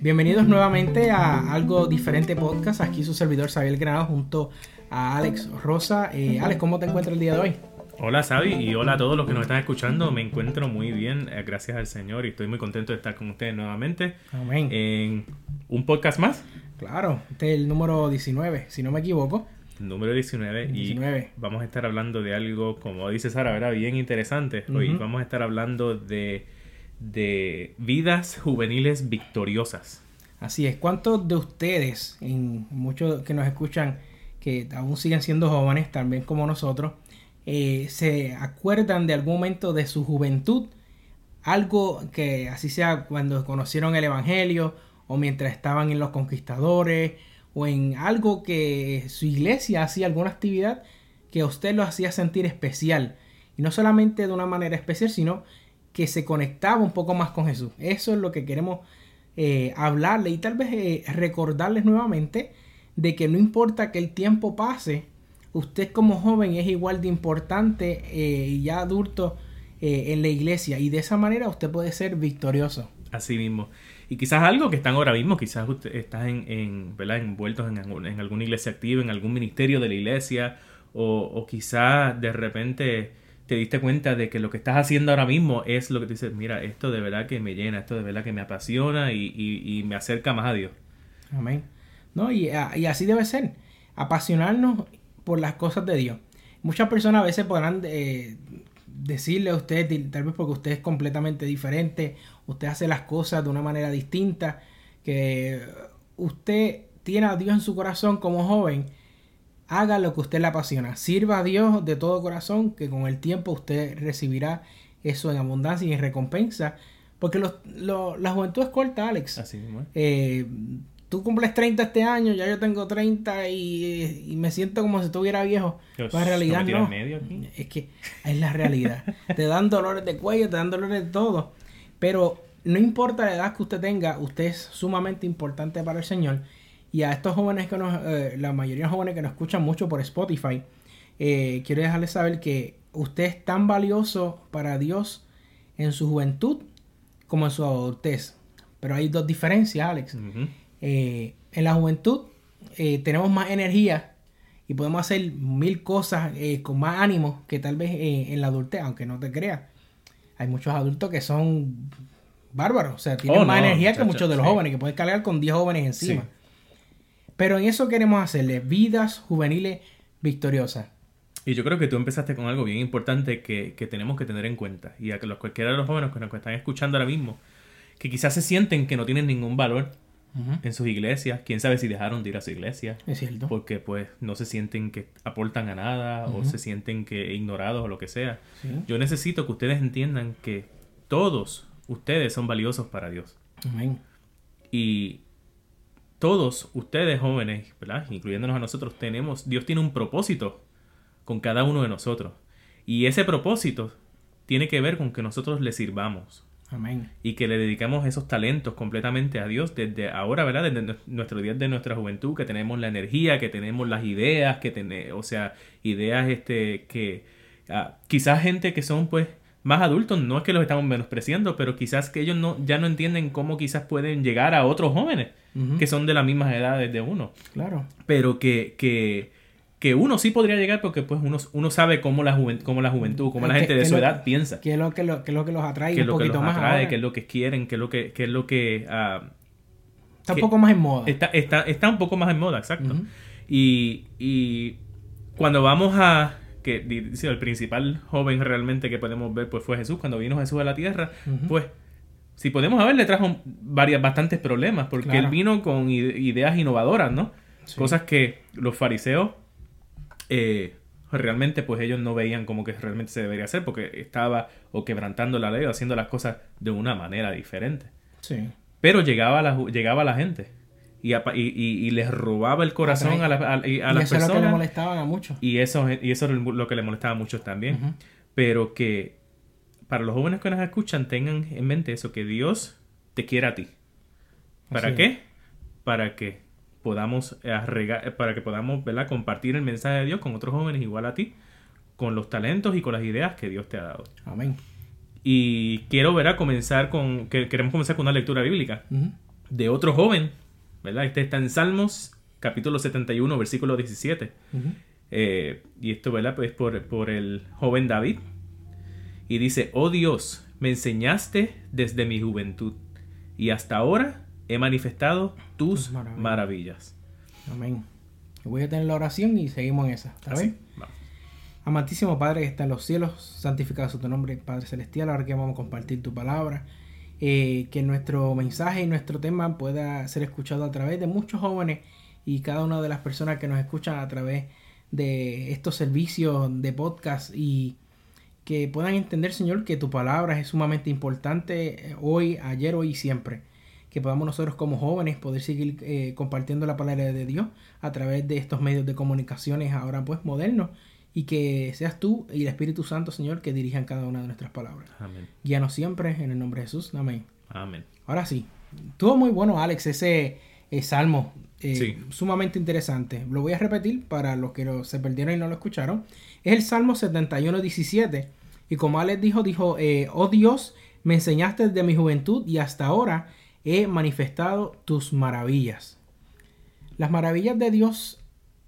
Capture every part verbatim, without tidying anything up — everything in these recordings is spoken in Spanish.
Bienvenidos nuevamente a Algo Diferente Podcast. Aquí su servidor Xavier Granado junto a Alex Rosa. Eh, Alex, ¿cómo te encuentras el día de hoy? Hola Xavi y hola a todos los que nos están escuchando. Me encuentro muy bien, eh, gracias al Señor, y estoy muy contento de estar con ustedes nuevamente. Amén. En un podcast más. Claro, este es el número diecinueve, si no me equivoco. Número diecinueve, diecinueve. Y vamos a estar hablando de algo, como dice Sara, ¿verdad? Bien interesante. Hoy uh-huh. vamos a estar hablando de, de vidas juveniles victoriosas. Así es. ¿Cuántos de ustedes, en muchos que nos escuchan, que aún siguen siendo jóvenes, también como nosotros, eh, se acuerdan de algún momento de su juventud? Algo que así sea cuando conocieron el Evangelio, o mientras estaban en los Conquistadores, o en algo que su iglesia hacía, alguna actividad que a usted lo hacía sentir especial. Y no solamente de una manera especial, sino que se conectaba un poco más con Jesús. Eso es lo que queremos eh, hablarle y tal vez eh, recordarles nuevamente de que no importa que el tiempo pase, usted como joven es igual de importante eh, y ya adulto eh, en la iglesia. Y de esa manera usted puede ser victorioso. Así mismo. Y quizás algo que están ahora mismo, quizás usted está en, en, ¿verdad? envueltos en, en alguna iglesia activa, en algún ministerio de la iglesia, o, o quizás de repente te diste cuenta de que lo que estás haciendo ahora mismo es lo que te dices, mira, esto de verdad que me llena, esto de verdad que me apasiona y, y, y me acerca más a Dios. Amén. No, y, y así debe ser, apasionarnos por las cosas de Dios. Muchas personas a veces podrán eh, decirle a usted, tal vez porque usted es completamente diferente, usted hace las cosas de una manera distinta, que usted tiene a Dios en su corazón como joven, haga lo que usted le apasiona, sirva a Dios de todo corazón, que con el tiempo usted recibirá eso en abundancia y en recompensa, porque los, los, la juventud es corta, Alex. Así mismo. Eh, tú cumples treinta este año, ya yo tengo treinta y, y me siento como si estuviera viejo. Dios, pues en realidad no. no, medio aquí. Es que es la realidad. Te dan dolores de cuello, te dan dolores de todo, pero no importa la edad que usted tenga, usted es sumamente importante para el Señor. Y a estos jóvenes que nos, eh, la mayoría de jóvenes que nos escuchan mucho por Spotify, eh, quiero dejarles saber que usted es tan valioso para Dios en su juventud como en su adultez. Pero hay dos diferencias, Alex. Uh-huh. Eh, en la juventud eh, tenemos más energía y podemos hacer mil cosas eh, con más ánimo que tal vez eh, en la adultez, aunque no te creas. Hay muchos adultos que son bárbaros, o sea, tienen oh, más no, energía chacha, que muchos de los sí. jóvenes, que pueden cargar con diez jóvenes encima. Sí. Pero en eso queremos hacerle vidas juveniles victoriosas. Y yo creo que tú empezaste con algo bien importante que, que tenemos que tener en cuenta. Y a que los, cualquiera de los jóvenes que nos están escuchando ahora mismo, que quizás se sienten que no tienen ningún valor uh-huh. en sus iglesias. Quién sabe si dejaron de ir a su iglesia. Es cierto. Porque pues no se sienten que aportan a nada uh-huh. o se sienten que ignorados o lo que sea. Sí. Yo necesito que ustedes entiendan que todos ustedes son valiosos para Dios. Amén. Y todos ustedes jóvenes, ¿verdad? Incluyéndonos a nosotros, tenemos, Dios tiene un propósito con cada uno de nosotros. Y ese propósito tiene que ver con que nosotros le sirvamos. Amén. Y que le dedicamos esos talentos completamente a Dios desde ahora, ¿verdad? Desde nuestro día de nuestra juventud, que tenemos la energía, que tenemos las ideas, que tenemos, o sea, ideas este que ah, quizás gente que son pues más adultos, no es que los estamos menospreciando, pero quizás que ellos no ya no entienden cómo quizás pueden llegar a otros jóvenes uh-huh. que son de las mismas edades de uno. Claro. Pero que, que, que uno sí podría llegar porque pues uno, uno sabe cómo la, juventud, cómo la juventud, cómo la gente de su edad piensa. ¿Qué es lo que, lo, qué es lo que los atrae qué un poquito más ahora? Qué es lo que quieren, qué es lo que... Qué es lo que uh, está un poco más en moda. Está, está, está un poco más en moda, exacto. Uh-huh. Y, y cuando vamos a... que dice, el principal joven realmente que podemos ver pues fue Jesús. Cuando vino Jesús a la tierra, uh-huh. pues si podemos ver, le trajo varias, bastantes problemas, porque claro. él vino con ideas innovadoras, ¿no? Sí. Cosas que los fariseos eh, realmente pues ellos no veían como que realmente se debería hacer, porque estaba o quebrantando la ley o haciendo las cosas de una manera diferente. Sí. Pero llegaba a la, llegaba a la gente y, a, y, y, y les robaba el corazón a, la, a, a y las eso personas. Es lo que le molestaban a muchos. Y eso, y eso es lo que le molestaba a muchos también. Uh-huh. Pero que para los jóvenes que nos escuchan tengan en mente eso, que Dios te quiere a ti. ¿Para Así qué? Es. Para que podamos, arregar, para que podamos ¿verdad? compartir el mensaje de Dios con otros jóvenes igual a ti, con los talentos y con las ideas que Dios te ha dado. Amén. Y quiero ver a comenzar con, que queremos comenzar con una lectura bíblica. Uh-huh. de otro joven, ¿verdad? Este está en Salmos, capítulo setenta y uno, versículo diecisiete. Uh-huh. Eh, y esto, ¿verdad? Pues por, por el joven David. Y dice, oh Dios, me enseñaste desde mi juventud, y hasta ahora he manifestado tus maravillas. maravillas. Amén. Voy a tener la oración y seguimos en esa. ¿Está bien? Vamos. Amantísimo Padre que está en los cielos, santificado sea tu nombre, Padre Celestial. Ahora que vamos a compartir tu palabra, eh, que nuestro mensaje y nuestro tema pueda ser escuchado a través de muchos jóvenes y cada una de las personas que nos escuchan a través de estos servicios de podcast, y que puedan entender, Señor, que tu palabra es sumamente importante hoy, ayer, hoy y siempre. Que podamos nosotros como jóvenes poder seguir eh, compartiendo la palabra de Dios a través de estos medios de comunicaciones ahora pues modernos, y que seas tú y el Espíritu Santo, Señor, que dirijan cada una de nuestras palabras. Amén. Guíanos siempre en el nombre de Jesús. Amén. Amén. Ahora sí, estuvo muy bueno, Alex, ese eh, salmo. Eh, sí. Sumamente interesante. Lo voy a repetir para los que lo, se perdieron y no lo escucharon. Es el Salmo setenta y uno, diecisiete. Y como Alex dijo, dijo, eh, oh Dios, me enseñaste desde mi juventud y hasta ahora he manifestado tus maravillas. Las maravillas de Dios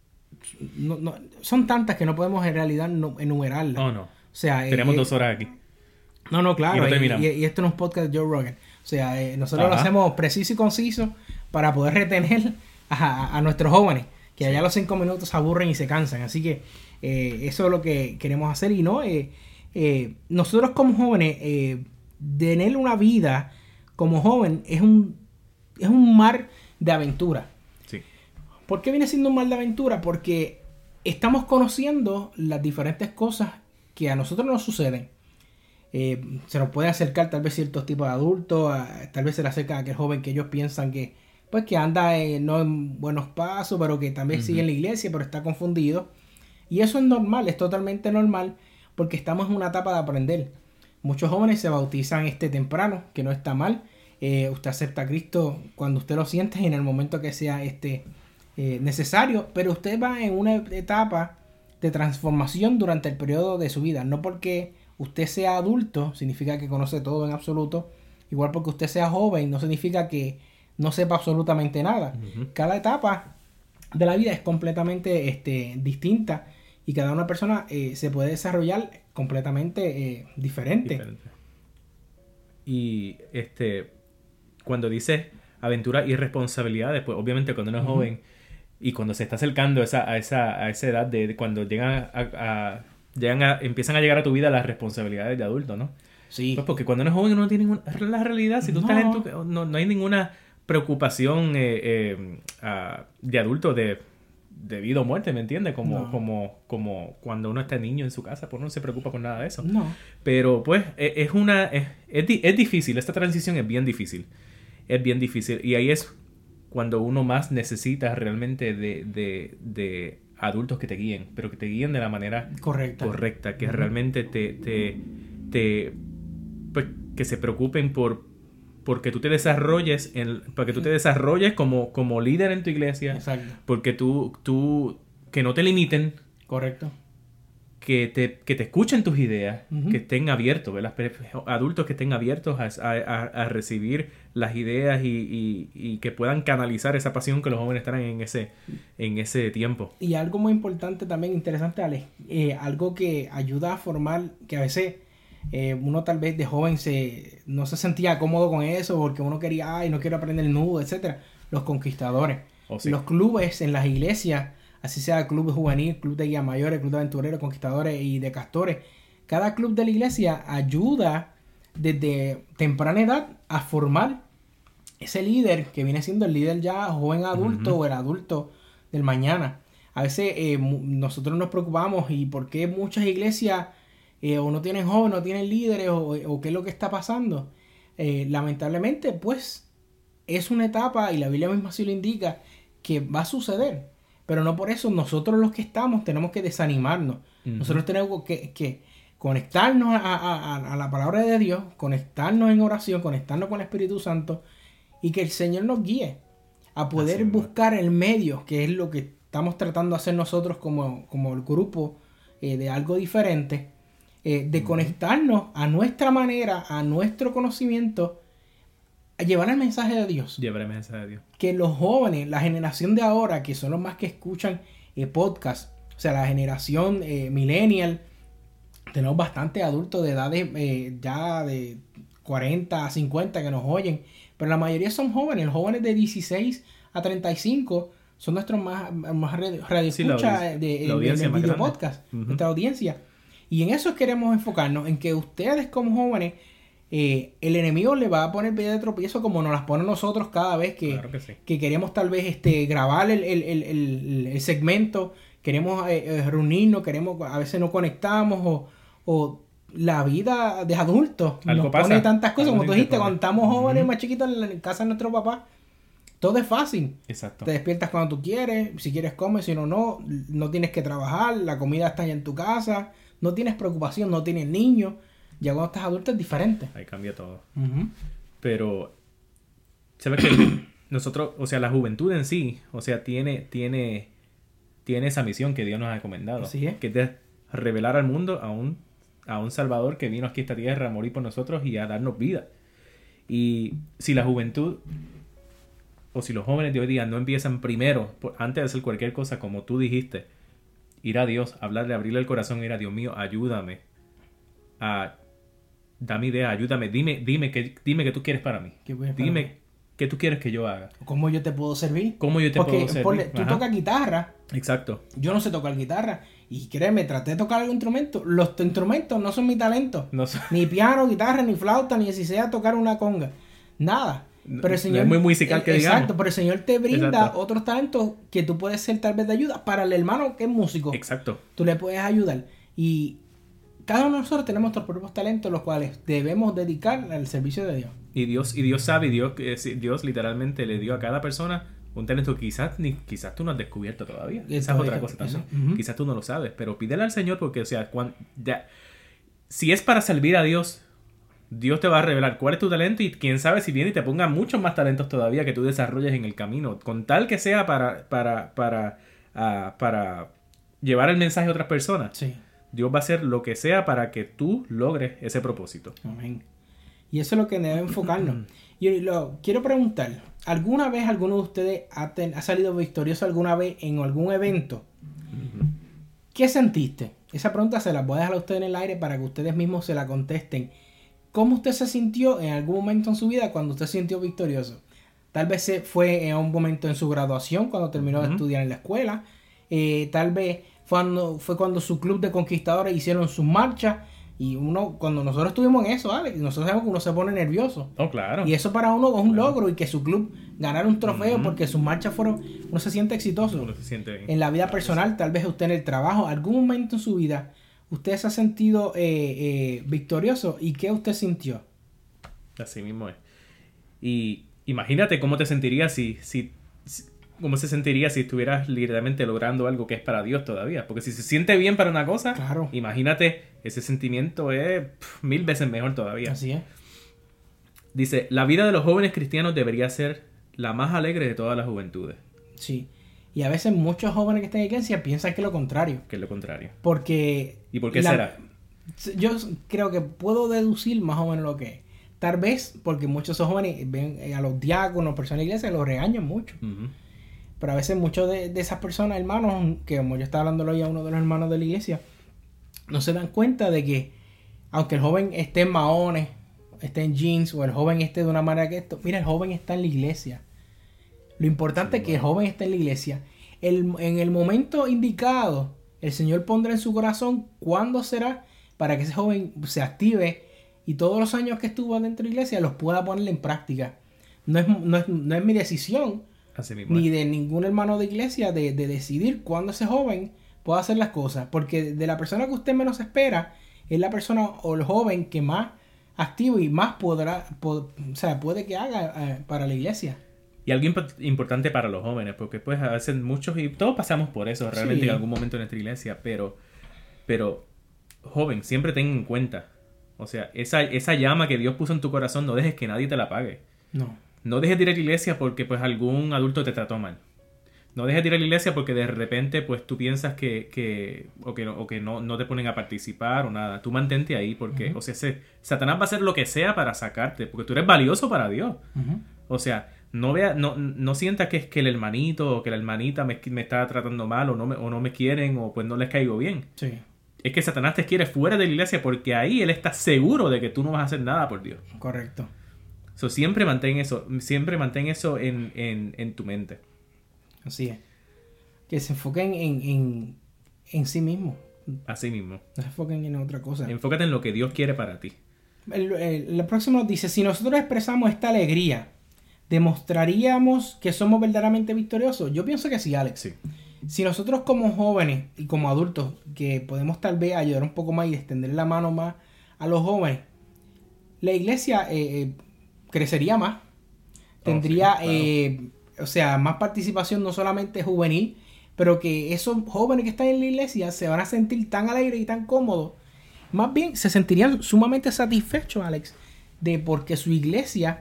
no, no, son tantas que no podemos en realidad no, enumerarlas. No, no. O sea, tenemos eh, dos horas aquí. No, no, claro. Y, no y, y, y esto no es un podcast de Joe Rogan. O sea, eh, nosotros Ajá. lo hacemos preciso y conciso para poder retener a, a, a nuestros jóvenes, que sí. allá a los cinco minutos se aburren y se cansan. Así que eh, eso es lo que queremos hacer. Y no, eh, eh, nosotros como jóvenes, eh, tener una vida como joven es un, es un mar de aventura. Sí. ¿Por qué viene siendo un mar de aventura? Porque estamos conociendo las diferentes cosas que a nosotros nos suceden. Eh, se nos puede acercar tal vez ciertos tipos de adultos, a, tal vez se le acerca a aquel joven que ellos piensan que pues que anda eh, no en buenos pasos, pero que también uh-huh. sigue en la iglesia, pero está confundido. Y eso es normal, es totalmente normal, porque estamos en una etapa de aprender. Muchos jóvenes se bautizan este temprano, que no está mal. Eh, usted acepta a Cristo cuando usted lo siente, en el momento que sea este eh, necesario, pero usted va en una etapa de transformación durante el periodo de su vida. No porque usted sea adulto significa que conoce todo en absoluto, igual porque usted sea joven no significa que no sepa absolutamente nada. Uh-huh. Cada etapa de la vida es completamente este, distinta, y cada una persona eh, se puede desarrollar completamente eh, diferente. diferente. Y este cuando dice aventura y responsabilidades, pues obviamente cuando uno es uh-huh. joven y cuando se está acercando a esa, a esa, a esa edad de, de cuando llegan a, a, llegan a empiezan a llegar a tu vida las responsabilidades de adulto, ¿no? Sí. Pues porque cuando uno es joven uno no tiene ninguna la realidad, si tú no. estás en tu no, no hay ninguna preocupación eh, eh, uh, de adulto de, de vida o muerte, ¿me entiendes? Como, no. como, como cuando uno está niño en su casa, pues uno no se preocupa con nada de eso. No. Pero pues es, es una es, es, es difícil, esta transición es bien difícil. Es bien difícil. Y ahí es cuando uno más necesita realmente de, de, de adultos que te guíen, pero que te guíen de la manera correcta, correcta que uh-huh. realmente te, te, te pues, que se preocupen por porque tú te desarrolles en, para que tú te desarrolles como, como líder en tu iglesia. Exacto. Porque tú, tú que no te limiten. Correcto. Que te, que te escuchen tus ideas, uh-huh. que estén abiertos, ¿verdad? Adultos que estén abiertos a, a, a recibir las ideas y, y, y que puedan canalizar esa pasión que los jóvenes están en ese, en ese tiempo. Y algo muy importante también, interesante, Alex, eh, algo que ayuda a formar, que a veces eh, uno tal vez de joven se, no se sentía cómodo con eso porque uno quería, ay, no quiero aprender el nudo, etcétera. Los conquistadores. Oh, sí. Los clubes en las iglesias, así sea club juvenil, club de guías mayores, club de aventureros, conquistadores y de castores. Cada club de la iglesia ayuda desde temprana edad a formar ese líder que viene siendo el líder ya joven adulto uh-huh. o el adulto del mañana. A veces eh, nosotros nos preocupamos y por qué muchas iglesias eh, o no tienen jóvenes, no tienen líderes o, o qué es lo que está pasando. Eh, lamentablemente pues es una etapa, y la Biblia misma así lo indica, que va a suceder. Pero no por eso nosotros los que estamos tenemos que desanimarnos. Uh-huh. Nosotros tenemos que, que conectarnos a, a, a la palabra de Dios, conectarnos en oración, conectarnos con el Espíritu Santo, y que el Señor nos guíe a poder Así buscar el medio, que es lo que estamos tratando de hacer nosotros como, como el grupo eh, de algo diferente, eh, de uh-huh. conectarnos a nuestra manera, a nuestro conocimiento, a llevar el mensaje de Dios. Llevar el mensaje de Dios. Que los jóvenes, la generación de ahora, que son los más que escuchan eh, podcast, o sea, la generación eh, millennial, tenemos bastantes adultos de edades eh, ya de cuarenta a cincuenta que nos oyen, pero la mayoría son jóvenes, los jóvenes de dieciséis a treinta y cinco son nuestros más, más radioescuchas sí, de, de, de, de video podcast, uh-huh. nuestra audiencia. Y en eso queremos enfocarnos, en que ustedes como jóvenes, eh, el enemigo le va a poner piedra de tropiezo como nos las pone nosotros cada vez que, claro que, sí. que queremos tal vez este grabar el, el, el, el, el segmento, queremos eh, reunirnos, queremos, a veces no conectamos o, o la vida de adultos algo nos pasa. Pone tantas cosas, algo como tú dijiste, cuando estamos jóvenes, uh-huh. más chiquitos en la casa de nuestro papá. Todo es fácil. Exacto. Te despiertas cuando tú quieres, si quieres comes, si no, no. No tienes que trabajar, la comida está ya en tu casa, no tienes preocupación, no tienes niños. Ya cuando estás adulto es diferente. Ahí cambia todo. Uh-huh. Pero, ¿sabes qué? Nosotros, o sea, la juventud en sí, o sea, tiene, tiene, tiene esa misión que Dios nos ha encomendado. Así es. Que es de revelar al mundo a un, a un Salvador que vino aquí a esta tierra a morir por nosotros y a darnos vida. Y si la juventud... o si los jóvenes de hoy día no empiezan primero, antes de hacer cualquier cosa, como tú dijiste, ir a Dios, hablarle, abrirle el corazón, ir a Dios mío, ayúdame, a, dame idea, ayúdame, dime, dime que, dime qué tú quieres para mí, ¿Qué para dime mí? qué tú quieres que yo haga, cómo yo te puedo servir, cómo yo te porque puedo servir, ponle, tú Ajá. tocas guitarra, exacto, yo no sé tocar guitarra y créeme, traté de tocar algún instrumento, los instrumentos no son mi talento, no so... ni piano, guitarra, ni flauta, ni si sea tocar una conga, nada. Pero el Señor, no es muy musical que digamos. Exacto, pero el Señor te brinda exacto. otros talentos que tú puedes ser tal vez de ayuda para el hermano que es músico. Exacto. Tú le puedes ayudar. Y cada uno de nosotros tenemos nuestros propios talentos, los cuales debemos dedicar al servicio de Dios. Y Dios, y Dios sabe, y Dios, Dios literalmente le dio a cada persona un talento que quizás, ni, quizás tú no has descubierto todavía. Esa es otra cosa también. Uh-huh. Quizás tú no lo sabes, pero pídele al Señor porque, o sea, cuando, ya, si es para servir a Dios, Dios te va a revelar cuál es tu talento y quién sabe si viene y te ponga muchos más talentos todavía que tú desarrolles en el camino, con tal que sea para para para uh, para llevar el mensaje a otras personas. Sí. Dios va a hacer lo que sea para que tú logres ese propósito. Amén. Y eso es lo que debe enfocarnos. Y lo quiero preguntar, ¿alguna vez alguno de ustedes ha, ten, ha salido victorioso alguna vez en algún evento? Uh-huh. ¿Qué sentiste? Esa pregunta se la voy a dejar a ustedes en el aire para que ustedes mismos se la contesten. ¿Cómo usted se sintió en algún momento en su vida cuando usted se sintió victorioso? Tal vez fue en un momento en su graduación, cuando terminó uh-huh. de estudiar en la escuela. Eh, tal vez fue cuando, fue cuando su club de conquistadores hicieron sus marchas. Y uno, cuando nosotros estuvimos en eso, Alex, nosotros sabemos que uno se pone nervioso. Oh, claro. Y eso para uno es un claro. logro. Y que su club ganara un trofeo uh-huh. porque sus marchas fueron... Uno se siente exitoso. Uno se siente bien. En la vida claro, personal, sí. tal vez usted en el trabajo, algún momento en su vida... ¿Usted se ha sentido eh, eh, victorioso? ¿Y qué usted sintió? Así mismo es. Y imagínate cómo te sentirías si, si, si... ¿Cómo se sentiría si estuvieras literalmente logrando algo que es para Dios todavía? Porque si se siente bien para una cosa, claro. imagínate, ese sentimiento es pff, mil veces mejor todavía. Así es. Dice, la vida de los jóvenes cristianos debería ser la más alegre de todas las juventudes. Sí. Y a veces muchos jóvenes que están en iglesia piensan que es lo contrario. Que es lo contrario. Porque... ¿Y por qué la, será? Yo creo que puedo deducir más o menos lo que es. Tal vez porque muchos jóvenes ven a los diáconos, personas de la iglesia, los regañan mucho. Uh-huh. Pero a veces muchos de, de esas personas, hermanos, que como yo estaba hablándolo hoy a uno de los hermanos de la iglesia, no se dan cuenta de que aunque el joven esté en maones, esté en jeans, o el joven esté de una manera que esto, mira, el joven está en la iglesia. Lo importante sí, es que bueno. el joven esté en la iglesia. El, en el momento indicado, el Señor pondrá en su corazón cuándo será para que ese joven se active y todos los años que estuvo dentro de la iglesia los pueda poner en práctica. No es, no es, no es mi decisión, Así mismo ni es. de ningún hermano de iglesia, de, de decidir cuándo ese joven pueda hacer las cosas. Porque de la persona que usted menos espera, es la persona o el joven que más activo y más podrá, pod, o sea, puede que haga eh, para la iglesia. Y algo imp- importante para los jóvenes, porque pues a veces muchos, y todos pasamos por eso realmente sí. en algún momento en nuestra iglesia, pero, pero joven, siempre ten en cuenta, o sea, esa, esa llama que Dios puso en tu corazón, no dejes que nadie te la apague. No. No dejes de ir a la iglesia porque pues algún adulto te trató mal. no dejes de ir a la iglesia porque de repente pues tú piensas que, que o que, o que no, no te ponen a participar o nada. Tú mantente ahí porque, uh-huh. o sea, se, Satanás va a hacer lo que sea para sacarte, porque tú eres valioso para Dios. Uh-huh. O sea, no vea, no, no sientas que es que el hermanito o que la hermanita me, me está tratando mal o no, me, o no me quieren o pues no les caigo bien. Sí. Es que Satanás te quiere fuera de la iglesia porque ahí él está seguro de que tú no vas a hacer nada por Dios. Correcto. So, siempre mantén eso, siempre mantén eso en, en, en tu mente. Así es. Que se enfoquen en, en, en sí mismo. Así mismo. No se enfoquen en otra cosa. Enfócate en lo que Dios quiere para ti. El, el, el próximo nos dice, si nosotros expresamos esta alegría, ¿demostraríamos que somos verdaderamente victoriosos? Yo pienso que sí, Alex. Sí. Si nosotros como jóvenes y como adultos, que podemos tal vez ayudar un poco más y extender la mano más a los jóvenes, la iglesia eh, eh, crecería más. Tendría... Oh, sí, claro. eh, O sea, más participación no solamente juvenil, pero que esos jóvenes que están en la iglesia se van a sentir tan alegres y tan cómodos. Más bien, se sentirían sumamente satisfechos, Alex, de porque su iglesia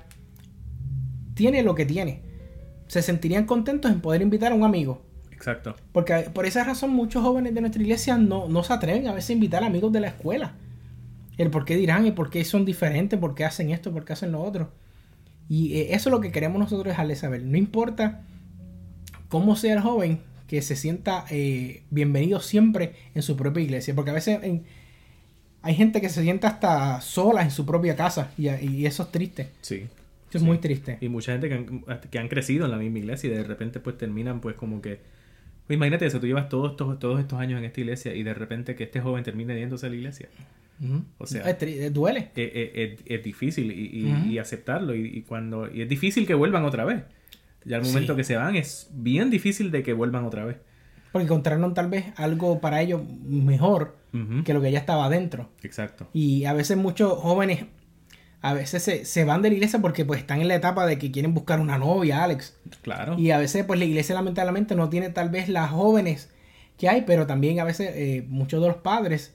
tiene lo que tiene. Se sentirían contentos en poder invitar a un amigo. Exacto. Porque por esa razón muchos jóvenes de nuestra iglesia no, no se atreven a veces a invitar a amigos de la escuela. El por qué dirán, el por qué son diferentes, por qué hacen esto, por qué hacen lo otro. Y eh, eso es lo que queremos nosotros dejarle saber. No importa cómo sea el joven, que se sienta eh, bienvenido siempre en su propia iglesia. Porque a veces en, hay gente que se sienta hasta sola en su propia casa. Y, y eso es triste. Sí. Eso es sí. muy triste. Y mucha gente que han, que han crecido en la misma iglesia y de repente pues terminan pues como que... Pues imagínate eso, tú llevas todos estos, todos estos años en esta iglesia y de repente que este joven termine yéndose a la iglesia. Uh-huh. O sea, es tri- duele. Es, es, es difícil y, y, uh-huh. y aceptarlo y, y cuando y es difícil que vuelvan otra vez. Ya al momento sí. que se van es bien difícil de que vuelvan otra vez. Porque encontraron tal vez algo para ellos mejor uh-huh. que lo que ya estaba adentro. Exacto. Y a veces muchos jóvenes a veces se, se van de la iglesia porque pues están en la etapa de que quieren buscar una novia, Alex. Claro. Y a veces pues la iglesia lamentablemente no tiene tal vez las jóvenes que hay, pero también a veces eh, muchos de los padres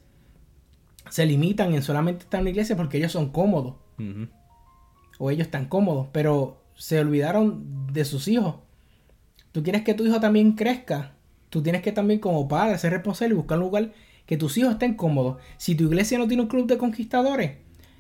se limitan en solamente estar en la iglesia porque ellos son cómodos. Uh-huh. O ellos están cómodos, pero se olvidaron de sus hijos. Tú quieres que tu hijo también crezca. Tú tienes que también como padre ser responsable y buscar un lugar que tus hijos estén cómodos. Si tu iglesia no tiene un club de conquistadores,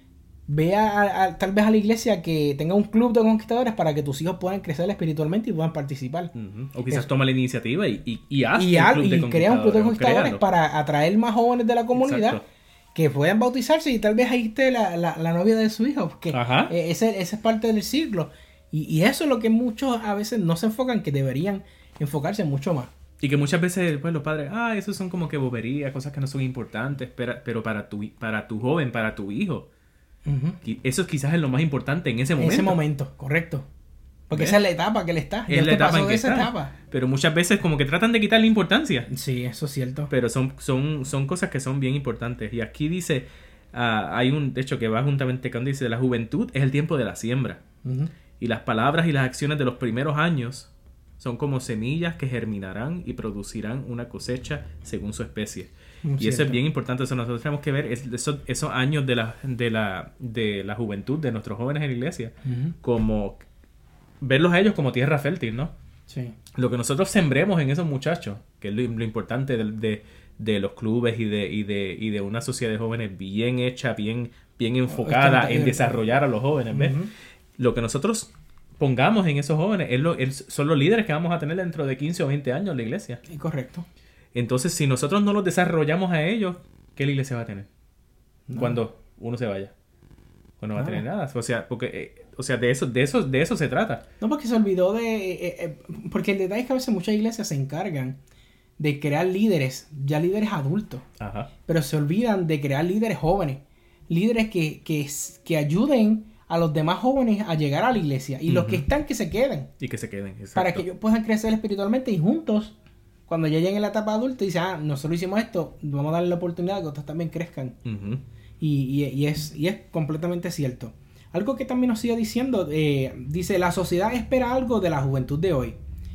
ve a, a, tal vez a la iglesia que tenga un club de conquistadores para que tus hijos puedan crecer espiritualmente y puedan participar. Uh-huh. O quizás Eso. toma la iniciativa y, y, y haz y, un al, club de y crea un club de conquistadores para atraer más jóvenes de la comunidad. Exacto. Que puedan bautizarse y tal vez ahí esté la, la, la novia de su hijo. Porque ese, ese es parte del ciclo. Y, y eso es lo que muchos a veces no se enfocan, que deberían enfocarse mucho más. Y que muchas veces pues, los padres, ah, eso son como que boberías, cosas que no son importantes, pero, pero para, tu, para tu joven, para tu hijo, uh-huh. eso quizás es lo más importante en ese momento. En ese momento, correcto. Porque ¿ves? Esa es la etapa que él está. Es la etapa en que está. Etapa. Pero muchas veces como que tratan de quitarle importancia. Sí, eso es cierto. Pero son, son, son cosas que son bien importantes. Y aquí dice, uh, hay un, de hecho, que va juntamente con, dice, la juventud es el tiempo de la siembra. Uh-huh. Y las palabras y las acciones de los primeros años son como semillas que germinarán y producirán una cosecha según su especie. Muy y cierto. Eso es bien importante. Eso nosotros tenemos que ver es, esos, esos años de la, de, la, de la juventud de nuestros jóvenes en la iglesia uh-huh. como... verlos a ellos como tierra fértil, ¿no? Sí. Lo que nosotros sembremos en esos muchachos, que es lo, lo importante de, de, de los clubes y de, y, de, y de una sociedad de jóvenes bien hecha, bien, bien enfocada en desarrollar a los jóvenes, ¿ves? Uh-huh. Lo que nosotros pongamos en esos jóvenes es lo, es, son los líderes que vamos a tener dentro de quince o veinte años en la iglesia. Sí, correcto. Entonces, si nosotros no los desarrollamos a ellos, ¿qué la iglesia va a tener? No. Cuando uno se vaya. Pues no va no. a tener nada. O sea, porque... Eh, O sea, de eso, de eso, de eso se trata. No, porque se olvidó de... Eh, eh, porque el detalle es que a veces muchas iglesias se encargan de crear líderes, ya líderes adultos. Ajá. Pero se olvidan de crear líderes jóvenes. Líderes que, que, que ayuden a los demás jóvenes a llegar a la iglesia. Y uh-huh. los que están, que se queden. Y que se queden, exacto. Para que ellos puedan crecer espiritualmente y juntos, cuando ya lleguen a la etapa adulta, dicen, ah, nosotros hicimos esto, vamos a darle la oportunidad de que otros también crezcan. Uh-huh. Y, y, y, es, y es completamente cierto. Algo que también nos sigue diciendo, eh, dice, la sociedad espera algo de la juventud de hoy.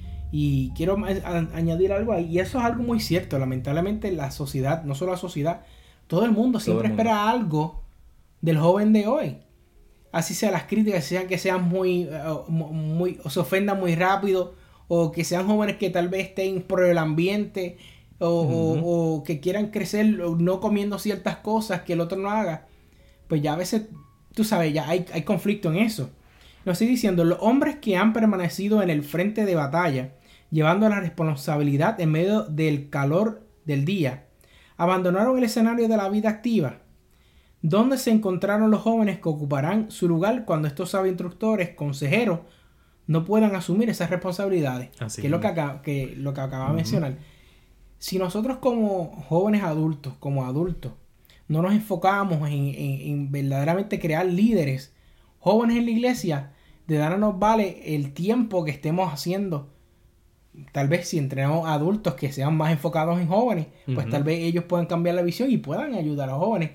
Y quiero a, a, añadir algo ahí, y eso es algo muy cierto. Lamentablemente la sociedad, no solo la sociedad, todo el mundo siempre el mundo. espera algo del joven de hoy. Así sea las críticas, sean que sean muy, uh, muy, o se ofendan muy rápido, o que sean jóvenes que tal vez estén por el ambiente, o, uh-huh. o, o que quieran crecer no comiendo ciertas cosas que el otro no haga, pues ya a veces, tú sabes, ya hay, hay conflicto en eso. Lo estoy diciendo, los hombres que han permanecido en el frente de batalla, llevando la responsabilidad en medio del calor del día, abandonaron el escenario de la vida activa. ¿Dónde se encontraron los jóvenes que ocuparán su lugar cuando estos sabios instructores, consejeros, no puedan asumir esas responsabilidades? Así que es lo que, acá, que, lo que acababa uh-huh. de mencionar. Si nosotros como jóvenes adultos, como adultos, no nos enfocamos en, en, en verdaderamente crear líderes jóvenes en la iglesia, de nada nos vale el tiempo que estemos haciendo. Tal vez si entrenamos a adultos que sean más enfocados en jóvenes, pues uh-huh. tal vez ellos puedan cambiar la visión y puedan ayudar a los jóvenes.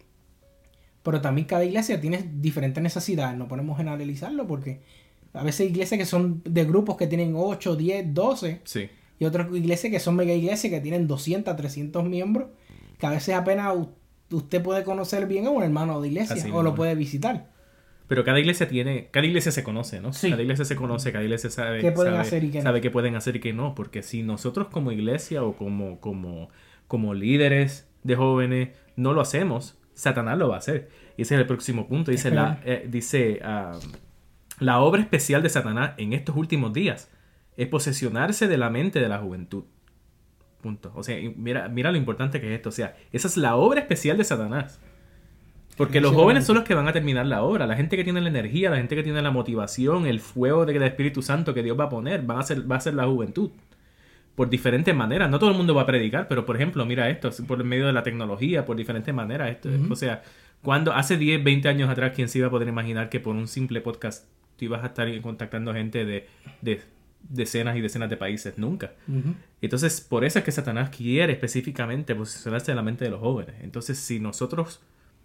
Pero también cada iglesia tiene diferentes necesidades. No podemos generalizarlo porque a veces hay iglesias que son de grupos que tienen ocho, diez, doce. Sí. Y otras iglesias que son mega iglesias que tienen doscientos, trescientos miembros. Que a veces apenas usted puede conocer bien a un hermano de iglesia. Así o mismo. Lo puede visitar. Pero cada iglesia tiene, cada iglesia se conoce, ¿no? Sí. Cada iglesia se conoce, cada iglesia sabe qué pueden sabe, hacer y qué no. sabe qué pueden hacer y qué no. Porque si nosotros como iglesia o como, como, como líderes de jóvenes no lo hacemos, Satanás lo va a hacer. Y ese es el próximo punto. Dice, la, eh, dice uh, la obra especial de Satanás en estos últimos días es posesionarse de la mente de la juventud. Punto. O sea, mira, mira lo importante que es esto. O sea, esa es la obra especial de Satanás. Porque los jóvenes son los que van a terminar la obra. La gente que tiene la energía, la gente que tiene la motivación, el fuego del Espíritu Santo que Dios va a poner, van a ser, va a ser la juventud. Por diferentes maneras. No todo el mundo va a predicar, pero por ejemplo, mira esto, por medio de la tecnología, por diferentes maneras. Esto, uh-huh. O sea, cuando hace diez, veinte años atrás, ¿quién se iba a poder imaginar que por un simple podcast tú ibas a estar contactando gente de, de decenas y decenas de países? Nunca. Uh-huh. Entonces, por eso es que Satanás quiere específicamente posicionarse en la mente de los jóvenes. Entonces, si nosotros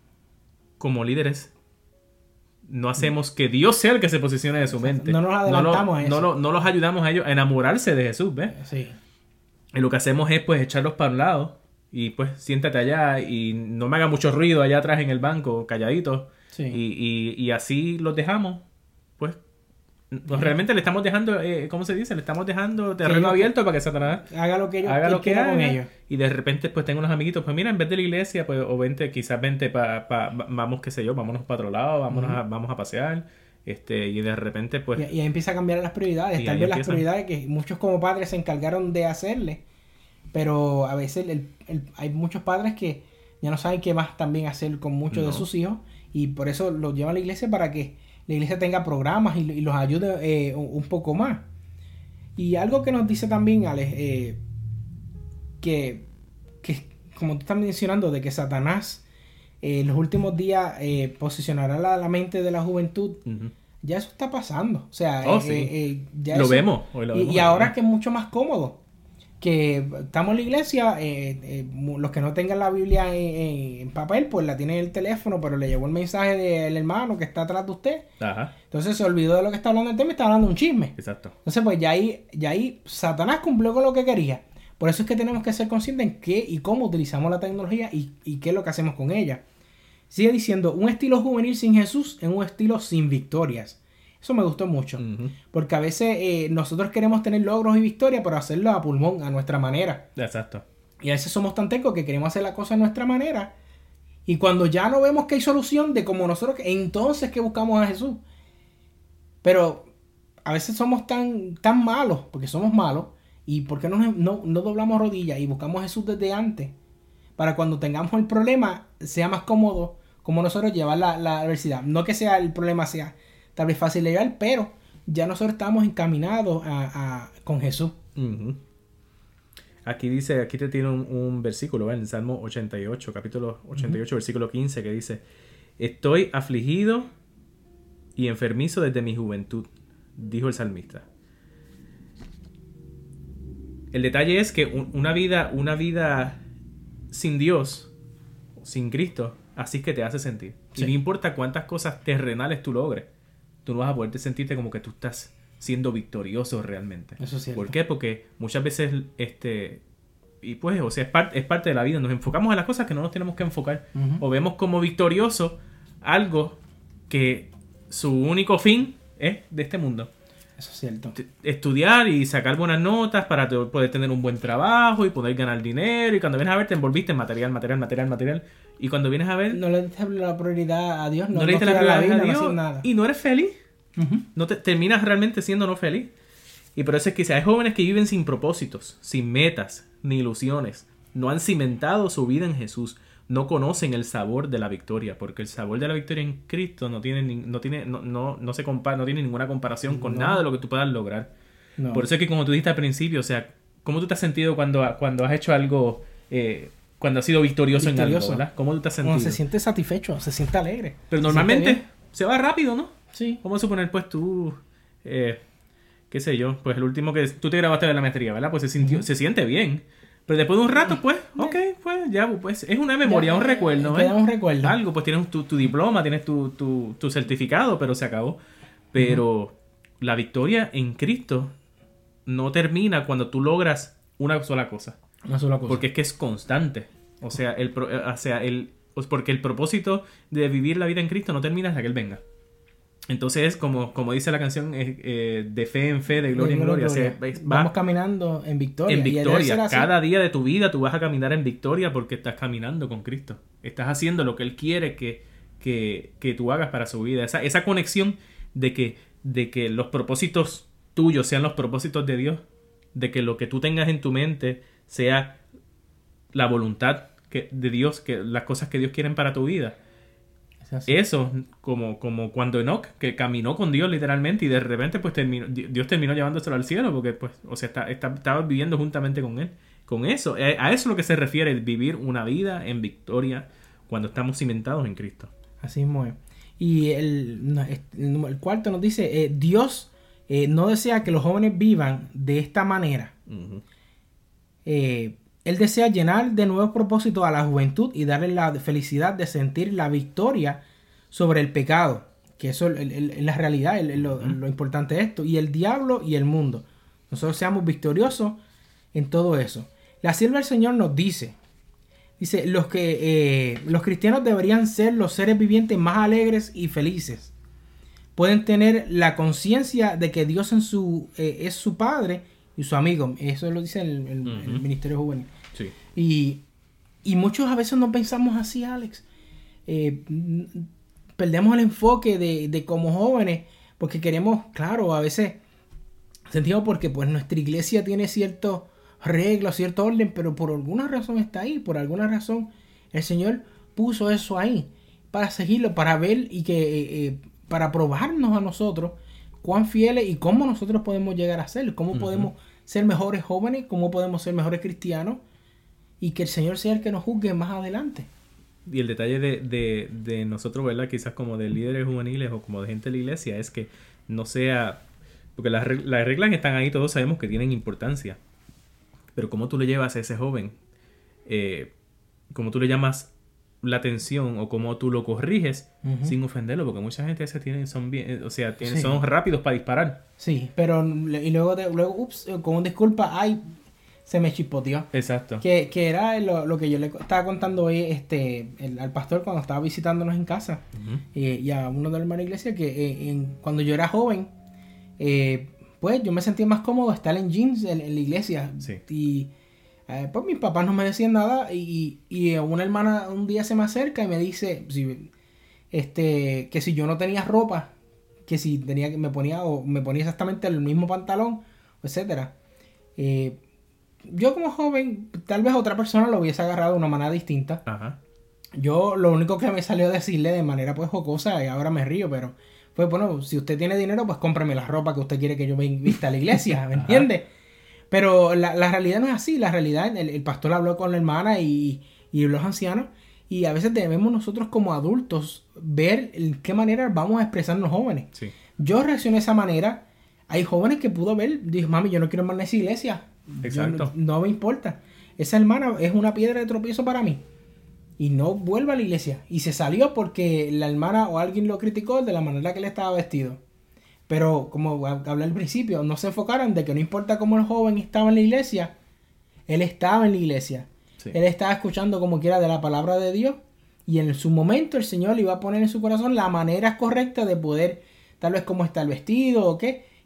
como líderes no hacemos que Dios sea el que se posicione de su mente, no nos adelantamos no, lo, a eso. No, lo, no los ayudamos a ellos a enamorarse de Jesús, ¿ves? Sí. Y lo que hacemos es pues echarlos para un lado y pues siéntate allá y no me haga mucho ruido allá atrás en el banco, calladito. Sí. Y, y, y así los dejamos, pues pues realmente le estamos dejando, eh, ¿cómo se dice? Le estamos dejando terreno abierto para que Satanás haga lo que, ellos, haga lo que haga con ellos. Y de repente pues tengo unos amiguitos, pues mira, en vez de la iglesia, pues o vente, quizás vente para, pa, vamos, qué sé yo, vámonos para otro lado, vámonos uh-huh. a, vamos a pasear, este y de repente pues... Y, y ahí empieza a cambiar las prioridades, tal vez las prioridades que muchos como padres se encargaron de hacerle, pero a veces el, el, hay muchos padres que ya no saben qué más también hacer con muchos no. de sus hijos y por eso los llevan a la iglesia para que la iglesia tenga programas y, y los ayude eh, un, un poco más. Y algo que nos dice también, Alex, eh, que, que como tú estás mencionando, de que Satanás eh, en los últimos días eh, posicionará la, la mente de la juventud, uh-huh. ya eso está pasando. O sea, oh, eh, sí. eh, ya lo, eso, vemos. Hoy lo y, vemos. Y ahora es que es mucho más cómodo. Que estamos en la iglesia, eh, eh, los que no tengan la Biblia en, en, en papel, pues la tienen en el teléfono, pero le llegó el mensaje del hermano que está atrás de usted. Ajá. Entonces se olvidó de lo que está hablando el tema y está hablando un chisme. Exacto. Entonces pues ya ahí, ya ahí Satanás cumplió con lo que quería. Por eso es que tenemos que ser conscientes en qué y cómo utilizamos la tecnología y, y qué es lo que hacemos con ella. Sigue diciendo, un estilo juvenil sin Jesús es un estilo sin victorias. Eso me gustó mucho, uh-huh. porque a veces eh, nosotros queremos tener logros y victorias, pero hacerlo a pulmón, a nuestra manera. Exacto. Y a veces somos tan tecos que queremos hacer la cosa a nuestra manera. Y cuando ya no vemos que hay solución de como nosotros, entonces que buscamos a Jesús. Pero a veces somos tan, tan malos, porque somos malos, y ¿por qué no, no, no doblamos rodillas y buscamos a Jesús desde antes? Para cuando tengamos el problema, sea más cómodo como nosotros llevar la, la adversidad. No que sea el problema sea tal vez fácil de llevar, pero ya nosotros estamos encaminados a, a, con Jesús. Uh-huh. Aquí dice, aquí te tiene un, un versículo, ¿ven? En Salmo ochenta y ocho, capítulo ochenta y ocho, uh-huh. versículo quince, que dice: estoy afligido y enfermizo desde mi juventud, dijo el salmista. El detalle es que un, una vida, una vida sin Dios, sin Cristo, así es que te hace sentir. Sí. Y no importa cuántas cosas terrenales tú logres, tú no vas a poder sentirte como que tú estás siendo victorioso realmente. Eso es cierto. ¿Por qué? Porque muchas veces, este, y pues, o sea, es, part, es parte de la vida. Nos enfocamos en las cosas que no nos tenemos que enfocar. Uh-huh. O vemos como victorioso algo que su único fin es de este mundo. Eso es cierto. Estudiar y sacar buenas notas para poder tener un buen trabajo y poder ganar dinero. Y cuando vienes a ver, te envolviste en material, material, material, material. Y cuando vienes a ver... No le diste la prioridad a Dios. No, no le diste no la prioridad Biblia, a Dios. no haces nada. Y no eres feliz. Uh-huh. No te, terminas realmente siendo no feliz. Y por eso es que si hay jóvenes que viven sin propósitos, sin metas, ni ilusiones. No han cimentado su vida en Jesús. No conocen el sabor de la victoria, porque el sabor de la victoria en Cristo no tiene no tiene no no, no se compara, no tiene ninguna comparación con no. nada de lo que tú puedas lograr. No. Por eso es que como tú dijiste al principio, o sea, ¿cómo tú te has sentido cuando, cuando has hecho algo, eh, cuando has sido victorioso, victorioso en algo, ¿verdad? ¿Cómo tú te has sentido? Uno se siente satisfecho, se siente alegre. Pero normalmente se va rápido, ¿no? Sí. Vamos a suponer, pues tú, eh, qué sé yo, pues el último que tú te grabaste de la maestría, ¿verdad? Pues se sintió, uh-huh. se siente bien. Pero después de un rato, pues, ok, pues ya, pues es una memoria, ya, un recuerdo. Queda ¿eh? un recuerdo. Algo, pues tienes tu, tu diploma, tienes tu, tu, tu certificado, pero se acabó. Pero uh-huh. la victoria en Cristo no termina cuando tú logras una sola cosa. Una sola cosa. Porque es que es constante. O sea, el, o sea, el, porque el propósito de vivir la vida en Cristo no termina hasta que Él venga. Entonces, como, como dice la canción, eh, de fe en fe, de gloria en gloria. gloria. O sea, va, vamos caminando en victoria. En victoria. Cada día de tu vida tú vas a caminar en victoria porque estás caminando con Cristo. Estás haciendo lo que Él quiere que, que, que tú hagas para su vida. Esa, esa conexión de que, de que los propósitos tuyos sean los propósitos de Dios. De que lo que tú tengas en tu mente sea la voluntad que, de Dios, que las cosas que Dios quiere para tu vida. Eso, como, como cuando Enoch, que caminó con Dios literalmente y de repente pues terminó, Dios terminó llevándoselo al cielo porque pues, o sea, está, está, estaba viviendo juntamente con él. Con eso, a eso es lo que se refiere el vivir una vida en victoria cuando estamos cimentados en Cristo. Así mismo es. Y el, el, el cuarto nos dice, eh, Dios eh, no desea que los jóvenes vivan de esta manera. Uh-huh. Eh, Él desea llenar de nuevos propósitos a la juventud y darle la felicidad de sentir la victoria sobre el pecado. Que eso es la realidad, el, el, lo, lo importante de esto. Y el diablo y el mundo. Nosotros seamos victoriosos en todo eso. La sierva del Señor nos dice, dice, los, que, eh, los cristianos deberían ser los seres vivientes más alegres y felices. Pueden tener la conciencia de que Dios en su, eh, es su Padre y su amigo. Eso lo dice el, el, uh-huh. el Ministerio Juvenil. Sí. Y, y muchos a veces no pensamos así, Alex. Eh, perdemos el enfoque de, de como jóvenes porque queremos, claro, a veces sentimos porque pues nuestra iglesia tiene ciertos reglas, cierto orden, pero por alguna razón está ahí, por alguna razón el Señor puso eso ahí para seguirlo, para ver y que eh, para probarnos a nosotros cuán fieles y cómo nosotros podemos llegar a ser, cómo uh-huh. podemos ser mejores jóvenes, cómo podemos ser mejores cristianos y que el Señor sea el que nos juzgue más adelante. Y el detalle de, de, de nosotros, ¿verdad? Quizás como de líderes juveniles o como de gente de la iglesia es que no sea... Porque las, las reglas que están ahí todos sabemos que tienen importancia. Pero cómo tú le llevas a ese joven, eh, cómo tú le llamas la atención o cómo tú lo corriges uh-huh. sin ofenderlo, porque mucha gente se tienen, son bien, o sea, tienen, sí. son rápidos para disparar. Sí, pero y luego, de, luego ups, con un disculpa, ay, se me chispoteó. Exacto. Que, que era lo, lo que yo le estaba contando hoy este, el, al pastor cuando estaba visitándonos en casa uh-huh. eh, y a uno de los hermanos de la iglesia que eh, en, cuando yo era joven, eh, pues yo me sentía más cómodo estar en jeans en, en la iglesia. Sí. Y eh, pues mis papás no me decían nada y, y una hermana un día se me acerca y me dice si, este, que si yo no tenía ropa, que si tenía que me ponía o me ponía exactamente el mismo pantalón, etcétera. Eh, yo como joven, tal vez otra persona lo hubiese agarrado de una manera distinta. Ajá. Yo lo único que me salió a decirle de manera pues jocosa y ahora me río, pero fue bueno, si usted tiene dinero, pues cómpreme la ropa que usted quiere que yo me vista a la iglesia, ¿me entiende? Pero la, la realidad no es así, la realidad, el, el pastor habló con la hermana y, y los ancianos, y a veces debemos nosotros como adultos ver en qué manera vamos a expresarnos jóvenes. Sí. Yo reaccioné de esa manera, hay jóvenes que pudo ver, dijo, mami, yo no quiero más en esa iglesia. Exacto. No, no me importa. Esa hermana es una piedra de tropiezo para mí. Y no vuelve a la iglesia. Y se salió porque la hermana o alguien lo criticó de la manera que él estaba vestido. Pero, como hablé al principio, no se enfocaron de que no importa cómo el joven estaba en la iglesia, él estaba en la iglesia. Sí. Él estaba escuchando como quiera de la palabra de Dios. Y en su momento el Señor le iba a poner en su corazón la manera correcta de poder, tal vez cómo está el vestido o qué.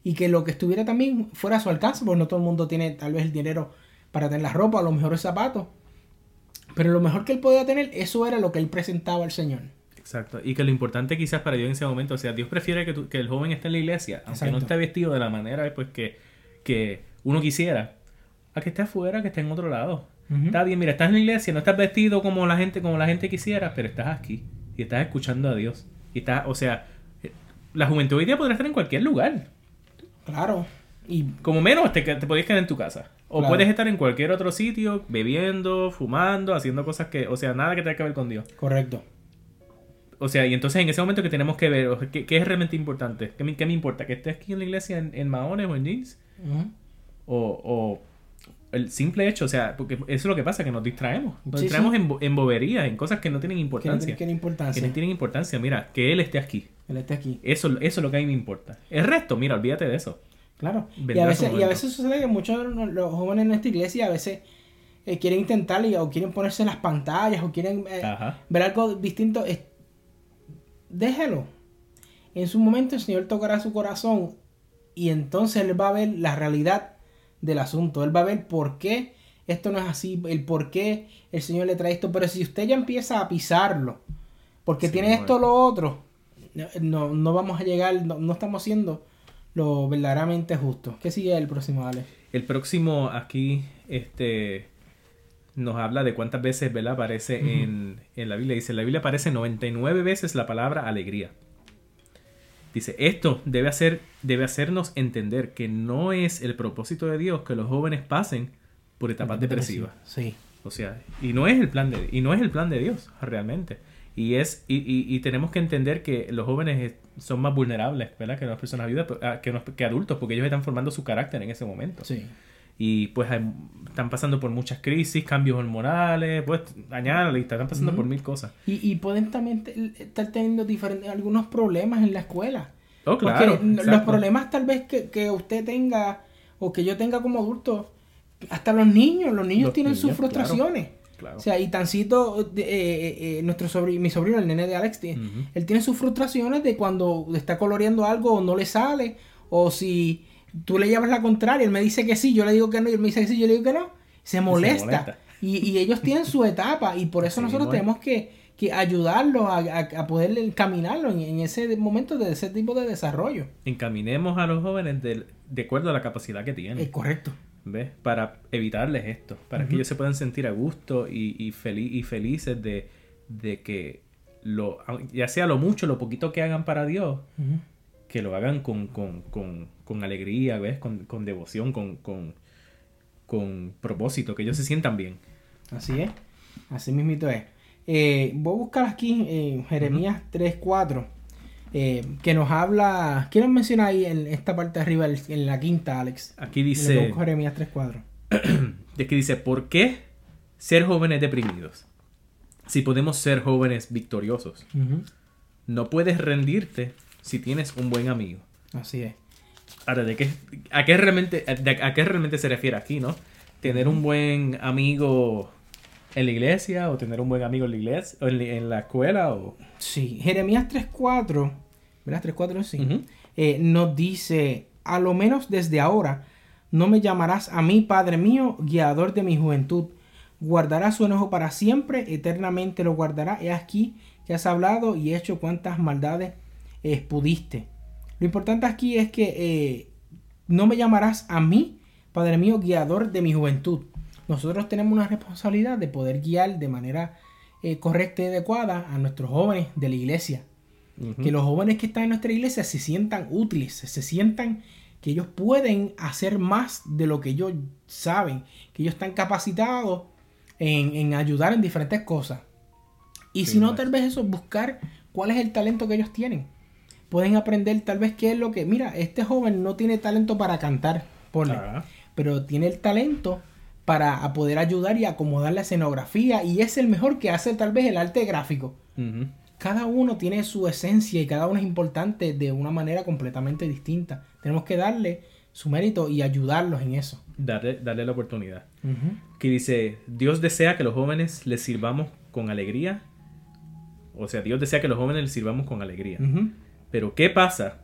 y que lo que estuviera también fuera a su alcance, porque no todo el mundo tiene tal vez el dinero para tener la ropa, a lo mejor el zapato, pero lo mejor que él podía tener, eso era lo que él presentaba al Señor. Exacto, y que lo importante quizás para Dios en ese momento, o sea, Dios prefiere que, tu, que el joven esté en la iglesia, aunque Exacto. no esté vestido de la manera pues que, que uno quisiera, a que esté afuera, que esté en otro lado. Uh-huh. Está bien, mira, estás en la iglesia, no estás vestido como la gente como la gente quisiera, pero estás aquí y estás escuchando a Dios. Y estás, o sea, la juventud hoy día podrá estar en cualquier lugar. Claro. Y como menos te, te podías quedar en tu casa. O claro. puedes estar en cualquier otro sitio, bebiendo, fumando, haciendo cosas que, o sea, nada que tenga que ver con Dios. Correcto. O sea, y entonces en ese momento que tenemos que ver, ¿qué, qué es realmente importante? ¿Qué me, qué me importa? ¿Que estés aquí en la iglesia en, en maones o en jeans? Uh-huh. O, o el simple hecho, o sea, porque eso es lo que pasa, que nos distraemos. Nos sí, distraemos sí. En, en boberías, en cosas que no tienen importancia. Que no tienen importancia. Que no tienen importancia. Mira, que él esté aquí. Él esté aquí. Eso, eso es lo que a mí me importa. El resto, mira, olvídate de eso. Claro. Y a, veces, y a veces sucede que muchos de los jóvenes en esta iglesia a veces eh, quieren intentar o quieren ponerse en las pantallas o quieren eh, ver algo distinto. Eh, déjelo. En su momento el Señor tocará su corazón y entonces Él va a ver la realidad del asunto. Él va a ver por qué esto no es así, el por qué el Señor le trae esto. Pero si usted ya empieza a pisarlo, porque sí, tiene bueno. esto o lo otro, no, no vamos a llegar, no, no estamos haciendo lo verdaderamente justo. ¿Qué sigue el próximo, Ale? El próximo aquí este, nos habla de cuántas veces, ¿verdad?, aparece uh-huh. en, en la Biblia. Dice, en la Biblia aparece noventa y nueve veces la palabra alegría. Dice, esto debe, hacer, debe hacernos entender que no es el propósito de Dios que los jóvenes pasen por etapas depresivas. Sí. O sea, y no es el plan de, y no es el plan de Dios, realmente. Y es y, y, y tenemos que entender que los jóvenes son más vulnerables, ¿verdad?, que las personas adultas, que, los, que adultos, porque ellos están formando su carácter en ese momento. Sí. Y pues hay, están pasando por muchas crisis, cambios hormonales, pues añádale, están pasando uh-huh. por mil cosas. Y, y pueden también te, estar teniendo diferentes, algunos problemas en la escuela. Oh, claro. Porque exacto. Los problemas tal vez que, que usted tenga o que yo tenga como adulto, hasta los niños, los niños los tienen niños, sus frustraciones. Claro. Claro. O sea, y tancito, eh, eh, nuestro sobrino, mi sobrino, el nene de Alex, uh-huh. él tiene sus frustraciones de cuando está coloreando algo o no le sale, o si tú le llevas la contraria, él me dice que sí, yo le digo que no, y él me dice que sí, yo le digo que no, se molesta. Se molesta. Y, y ellos tienen su etapa, y por eso sí, nosotros bueno. tenemos que, que ayudarlos a, a, a poder encaminarlos en, en ese momento de ese tipo de desarrollo. Encaminemos a los jóvenes de, de acuerdo a la capacidad que tienen. Es correcto. ¿Ves? Para evitarles esto, para uh-huh. que ellos se puedan sentir a gusto y, y, feliz, y felices de, de que lo, ya sea lo mucho, lo poquito que hagan para Dios, uh-huh. que lo hagan con, con, con, con alegría, ¿ves? Con, con devoción, con, con, con propósito, que ellos se sientan bien. Así es, así mismito es. Eh, voy a buscar aquí eh, Jeremías uh-huh. tres cuatro. Eh, que nos habla, quiero mencionar ahí en esta parte de arriba, en la quinta, Alex. Aquí dice Jeremías tres cuatro. Aquí dice, ¿por qué ser jóvenes deprimidos si podemos ser jóvenes victoriosos? Uh-huh. No puedes rendirte si tienes un buen amigo. Así es. Ahora, ¿de qué, a, qué realmente, de, ¿a qué realmente se refiere aquí, no? ¿Tener un buen amigo en la iglesia o tener un buen amigo en la iglesia o en, en la escuela? O... Sí, Jeremías tres cuatro, ¿verdad? tres cuatro sí. Uh-huh. eh, nos dice, a lo menos desde ahora no me llamarás a mí, Padre mío, guiador de mi juventud. Guardará su enojo para siempre, eternamente lo guardará. He aquí que has hablado y hecho cuantas maldades eh, pudiste. Lo importante aquí es que eh, no me llamarás a mí, Padre mío, guiador de mi juventud. Nosotros tenemos una responsabilidad de poder guiar de manera eh, correcta y adecuada a nuestros jóvenes de la iglesia. Uh-huh. Que los jóvenes que están en nuestra iglesia se sientan útiles, se sientan que ellos pueden hacer más de lo que ellos saben, que ellos están capacitados en, en ayudar en diferentes cosas. Y sí, si no, más. Tal vez eso, buscar cuál es el talento que ellos tienen. Pueden aprender tal vez qué es lo que... Mira, este joven no tiene talento para cantar, ponle, uh-huh. pero tiene el talento para poder ayudar y acomodar la escenografía, y es el mejor que hace tal vez el arte gráfico. Uh-huh. Cada uno tiene su esencia y cada uno es importante de una manera completamente distinta. Tenemos que darle su mérito y ayudarlos en eso. Darle, darle la oportunidad. Uh-huh. Que dice, Dios desea que los jóvenes les sirvamos con alegría. O sea, Dios desea que los jóvenes les sirvamos con alegría. Uh-huh. Pero ¿qué pasa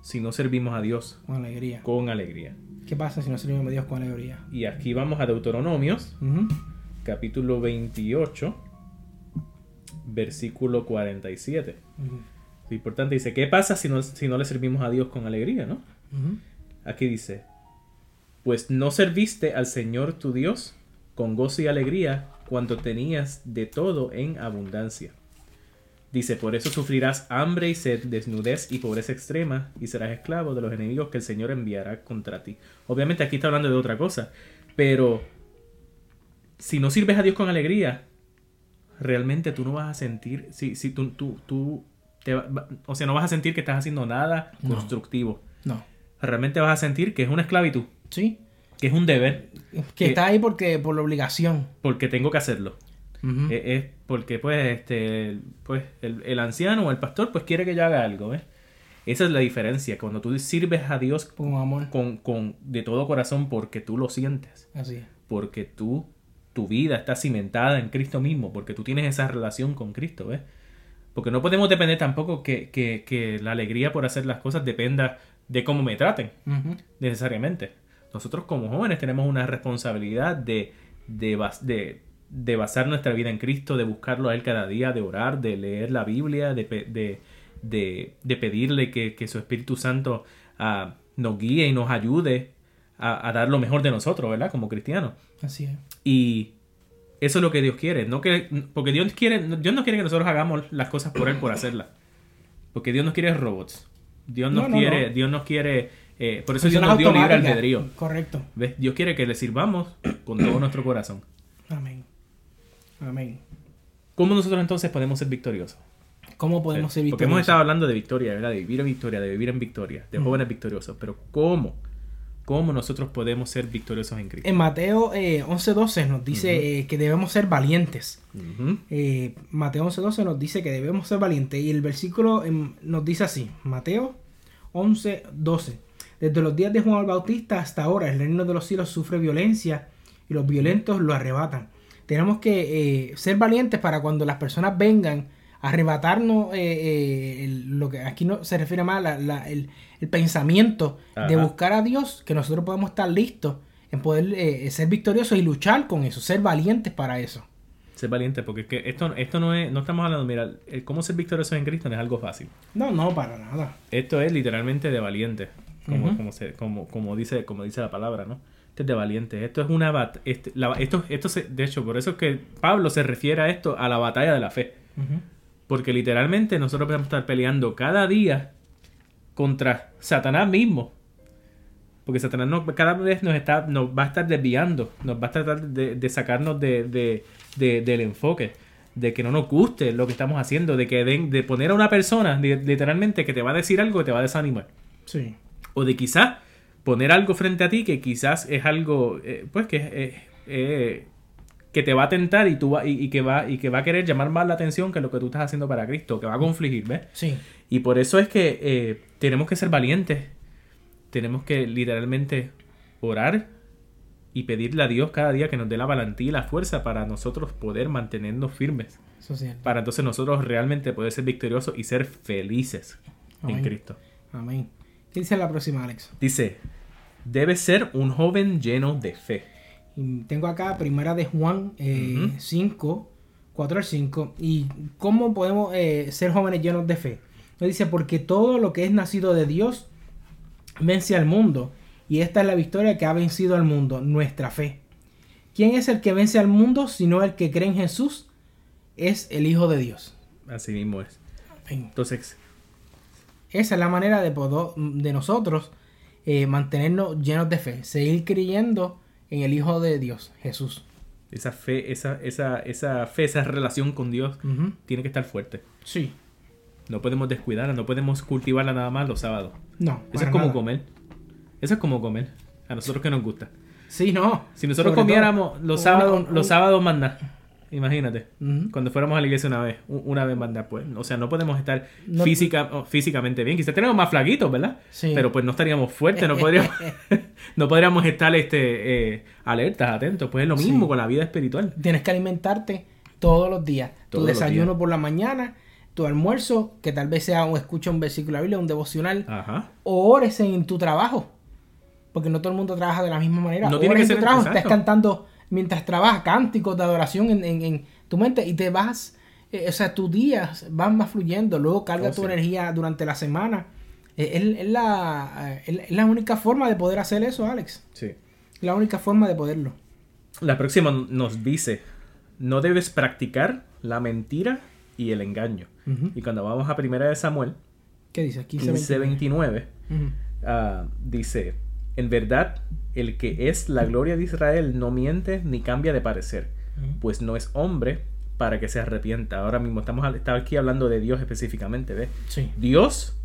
si no servimos a Dios con alegría. Con alegría. ¿Qué pasa si no servimos a Dios con alegría? Y aquí vamos a Deuteronomios, uh-huh. capítulo veintiocho, versículo cuarenta y siete. Uh-huh. Es importante, dice, ¿qué pasa si no, si no le servimos a Dios con alegría, no? Uh-huh. Aquí dice, pues no serviste al Señor tu Dios con gozo y alegría cuando tenías de todo en abundancia. Dice, por eso sufrirás hambre y sed, desnudez y pobreza extrema, y serás esclavo de los enemigos que el Señor enviará contra ti. Obviamente aquí está hablando de otra cosa, pero si no sirves a Dios con alegría, realmente tú no vas a sentir, si, si tú, tú, tú te, o sea, no vas a sentir que estás haciendo nada no. constructivo. No. Realmente vas a sentir que es una esclavitud. Sí. Que es un deber. Que, que está ahí porque por la obligación. Porque tengo que hacerlo. Uh-huh. Es, es porque pues este pues el, el anciano o el pastor pues quiere que yo haga algo, ¿ves? Esa es la diferencia. Cuando tú sirves a Dios con amor, con, con de todo corazón porque tú lo sientes. Así es. Porque tú tu vida está cimentada en Cristo mismo, porque tú tienes esa relación con Cristo, ¿ves? Porque no podemos depender tampoco que, que, que la alegría por hacer las cosas dependa de cómo me traten, uh-huh. necesariamente. Nosotros como jóvenes tenemos una responsabilidad de, de, de, de basar nuestra vida en Cristo, de buscarlo a Él cada día, de orar, de leer la Biblia, de, de, de, de pedirle que, que su Espíritu Santo uh, nos guíe y nos ayude a, a dar lo mejor de nosotros, ¿verdad? Como cristianos. Así es. Y eso es lo que Dios quiere, no que, porque Dios quiere, Dios no quiere que nosotros hagamos las cosas por Él por hacerlas, porque Dios nos quiere robots. Dios nos no, no, quiere, no. Dios nos quiere, eh, por eso Dios nos dio libre albedrío. Correcto. ¿Ves? Dios quiere que le sirvamos con todo nuestro corazón. Amén. Amén. ¿Cómo nosotros entonces podemos ser victoriosos? ¿Cómo podemos ser victoriosos? Porque hemos estado hablando de victoria, ¿verdad? De vivir en victoria, de vivir en victoria, de uh-huh. jóvenes victoriosos. Pero ¿cómo? ¿Cómo nosotros podemos ser victoriosos en Cristo? En Mateo eh, once doce nos dice uh-huh. eh, que debemos ser valientes. Uh-huh. Eh, Mateo once doce nos dice que debemos ser valientes. Y el versículo eh, nos dice así. Mateo once doce. Desde los días de Juan el Bautista hasta ahora el reino de los cielos sufre violencia y los violentos lo arrebatan. Tenemos que eh, ser valientes para cuando las personas vengan a arrebatarnos eh, eh, el, lo que aquí no se refiere más a la, la, el, el pensamiento Ajá. de buscar a Dios, que nosotros podemos estar listos en poder eh, ser victoriosos y luchar con eso, ser valientes para eso. Ser valientes, porque es que esto, esto no es, no estamos hablando, mira, el cómo ser victoriosos en Cristo no es algo fácil. No, no, para nada. Esto es literalmente de valientes, como, uh-huh. como, se, como, como, dice, como dice la palabra, ¿no? Esto es de valientes, esto es una bat este, la, esto, esto se, de hecho, por eso es que Pablo se refiere a esto, a la batalla de la fe. Uh-huh. Porque literalmente nosotros podemos estar peleando cada día contra Satanás mismo. Porque Satanás no, cada vez nos está nos va a estar desviando, nos va a tratar de, de sacarnos de, de, de, del enfoque, de que no nos guste lo que estamos haciendo, de que de, de poner a una persona de, literalmente que te va a decir algo que te va a desanimar. Sí. O de quizás poner algo frente a ti que quizás es algo eh, pues que eh, eh, que te va a tentar y tú va, y, y que va y que va a querer llamar más la atención que lo que tú estás haciendo para Cristo, que va a confligir, ¿ves? Sí. Y por eso es que eh, tenemos que ser valientes. Tenemos que literalmente orar y pedirle a Dios cada día que nos dé la valentía y la fuerza para nosotros poder mantenernos firmes. Eso es cierto. Para entonces nosotros realmente poder ser victoriosos y ser felices Amén. En Cristo. Amén. ¿Qué dice la próxima, Alex? Dice, debe ser un joven lleno de fe. Y tengo acá primera de Juan eh, uh-huh. cinco, cuatro al cinco. ¿Y cómo podemos eh, ser jóvenes llenos de fe? Nos dice, porque todo lo que es nacido de Dios vence al mundo, y esta es la victoria que ha vencido al mundo, nuestra fe. ¿Quién es el que vence al mundo sino el que cree en Jesús? Es el Hijo de Dios. Así mismo es. Entonces, esa es la manera de, poder, de nosotros eh, mantenernos llenos de fe, seguir creyendo en el Hijo de Dios, Jesús. Esa fe, esa, esa, esa fe, esa relación con Dios uh-huh. tiene que estar fuerte. Sí. No podemos descuidarla, no podemos cultivarla nada más los sábados. No. Eso es como nada. comer. Eso es como comer. A nosotros que nos gusta. Sí, no. Si nosotros Sobre comiéramos todo, los sábados, un, un, los sábados más nada. Imagínate. Uh-huh. Cuando fuéramos a la iglesia una vez, una vez más nada, pues. O sea, no podemos estar no, física, físicamente bien. Quizás tenemos más flaquitos, ¿verdad? Sí. Pero pues no estaríamos fuertes, no podríamos, no podríamos estar este, eh, alertas, atentos. Pues es lo mismo sí. con la vida espiritual. Tienes que alimentarte todos los días. Todos tu desayuno días. por la mañana. tu almuerzo, que tal vez sea un escucha un versículo de la Biblia, un devocional, Ajá. o ores en tu trabajo, porque no todo el mundo trabaja de la misma manera. No O tiene ores que en tu ser trabajo, exacto. estás cantando mientras trabajas cánticos de adoración en, en, en tu mente y te vas, eh, o sea, tus días van más fluyendo, luego carga Oh, tu sí. energía durante la semana. Eh, Es, es la, es es la única forma de poder hacer eso, Alex. Sí. La única forma de poderlo. La próxima nos dice, no debes practicar la mentira y el engaño. Ujú. Y cuando vamos a primera de Samuel, ¿Qué dice? quince quince veintinueve. veintinueve, Ujú. ah, dice, en verdad, el que es la gloria de Israel no miente ni cambia de parecer, Ujú. pues no es hombre para que se arrepienta. Ahora mismo estamos al- estaba aquí hablando de Dios específicamente, ¿ves? Sí. Dios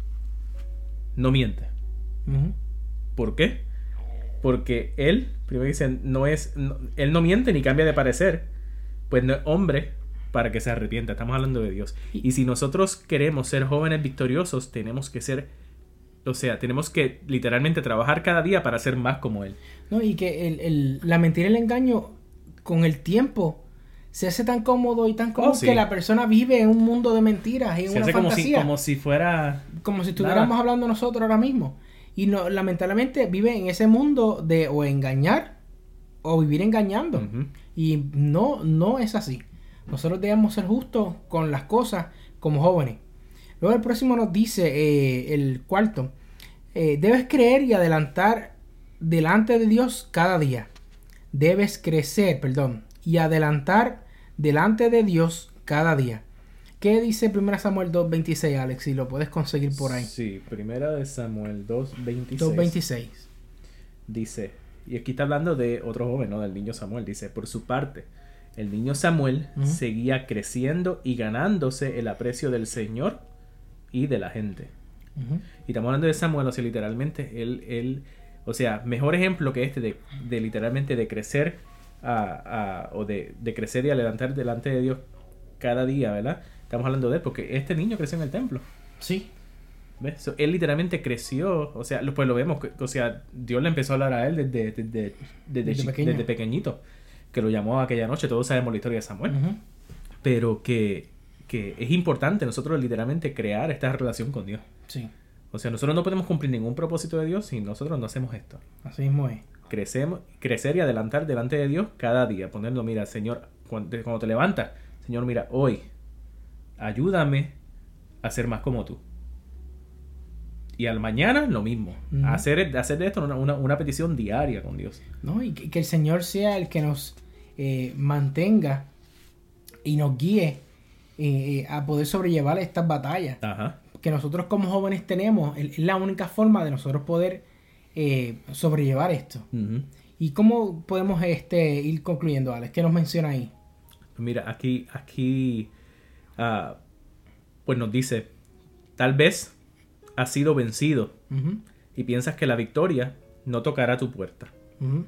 no miente. Ujú. ¿Por qué? Porque él, primero dice, no es, no- él no miente ni cambia de parecer, pues no es hombre para que se arrepienta. Estamos hablando de Dios. Y si nosotros queremos ser jóvenes victoriosos, tenemos que ser, o sea, tenemos que literalmente trabajar cada día para ser más como él. No, y que el, el- la mentira y el engaño con el tiempo se hace tan cómodo y tan cómodo Oh, sí. que la persona vive en un mundo de mentiras, en Se una hace como si, fantasía. como si fuera... Como si estuviéramos Nada. hablando nosotros ahora mismo. Y no, lamentablemente vive en ese mundo de o engañar o vivir engañando. Ujú. Y no, no es así. Nosotros debemos ser justos con las cosas como jóvenes. Luego el próximo nos dice, eh, el cuarto, eh, debes creer y adelantar delante de Dios cada día. Debes crecer, perdón, y adelantar delante de Dios cada día. ¿Qué dice primero Samuel dos veintiséis, Alex? Si lo puedes conseguir por ahí. Sí, primera de Samuel dos veintiséis. dos veintiséis. Dice, y aquí está hablando de otro joven, ¿no? Del niño Samuel. Dice, por su parte, el niño Samuel Ujú. seguía creciendo y ganándose el aprecio del Señor y de la gente. Ujú. Y estamos hablando de Samuel, o sea, literalmente, él, él o sea, mejor ejemplo que este de, de literalmente de crecer a, a- o de, de crecer y adelantar delante de Dios cada día, ¿verdad? Estamos hablando de él, porque este niño creció en el templo. Sí. ¿Ves? So, él literalmente creció, o sea, lo- pues lo vemos, que- o sea, Dios le empezó a hablar a él desde, desde, desde, Desde chi- pequeño. desde pequeñito, que lo llamó aquella noche, todos sabemos la historia de Samuel, Ujú. pero que, que es importante nosotros literalmente crear esta relación con Dios. Sí. O sea, nosotros no podemos cumplir ningún propósito de Dios si nosotros no hacemos esto. Así mismo es. Crecemos, crecer y adelantar delante de Dios cada día, ponerlo, mira, Señor, cuando, cuando te levantas, Señor, mira, hoy, ayúdame a ser más como tú. Y al mañana lo mismo. Ujú. hacer, hacer de esto una, una, una petición diaria con Dios. ¿No? Y que, que el Señor sea el que nos eh, mantenga y nos guíe eh, a poder sobrellevar estas batallas Ajá. que nosotros como jóvenes tenemos. Es la única forma de nosotros poder eh, sobrellevar esto. Ujú. ¿Y cómo podemos este, ir concluyendo, Alex? ¿Qué nos menciona ahí? Mira, aquí, aquí, ah, pues nos dice, tal vez has sido vencido Ujú, y piensas que la victoria no tocará tu puerta. ujú.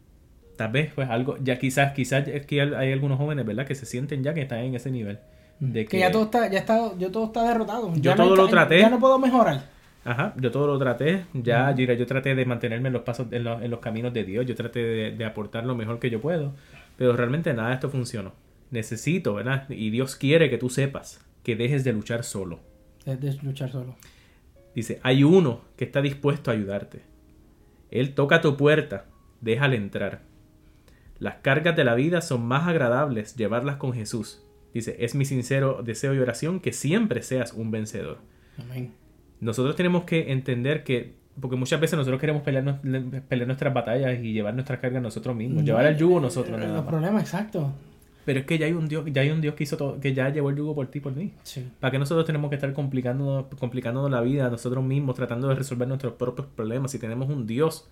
Tal vez, pues algo, ya quizás, quizás es que hay hay algunos jóvenes, ¿verdad? Que se sienten ya que están en ese nivel. De Que, ya todo está, ya está, yo todo está derrotado. Yo Ya no todo hay lo ca- traté. Ya no puedo mejorar. Ajá, yo todo lo traté, ya, Ujú. yo, yo traté de mantenerme en los pasos, en los, en los caminos de Dios, yo traté de, de aportar lo mejor que yo puedo, pero realmente nada de esto funcionó. Necesito, ¿verdad? Y Dios quiere que tú sepas que dejes de luchar solo. Es de luchar solo. Dice, hay uno que está dispuesto a ayudarte. Él toca tu puerta, déjale entrar. Las cargas de la vida son más agradables llevarlas con Jesús. Dice, es mi sincero deseo y oración que siempre seas un vencedor. Amén. Nosotros tenemos que entender que, porque muchas veces nosotros queremos pelear, nues- pelear nuestras batallas y llevar nuestras cargas nosotros mismos, llevar el yugo nosotros Eh, nada Los más. problemas, exacto. Pero es que ya hay un Dios, ya hay un Dios que hizo todo, que ya llevó el yugo por ti y por mí. Sí. ¿Para qué nosotros tenemos que estar complicándonos, complicándonos la vida nosotros mismos, tratando de resolver nuestros propios problemas si tenemos un Dios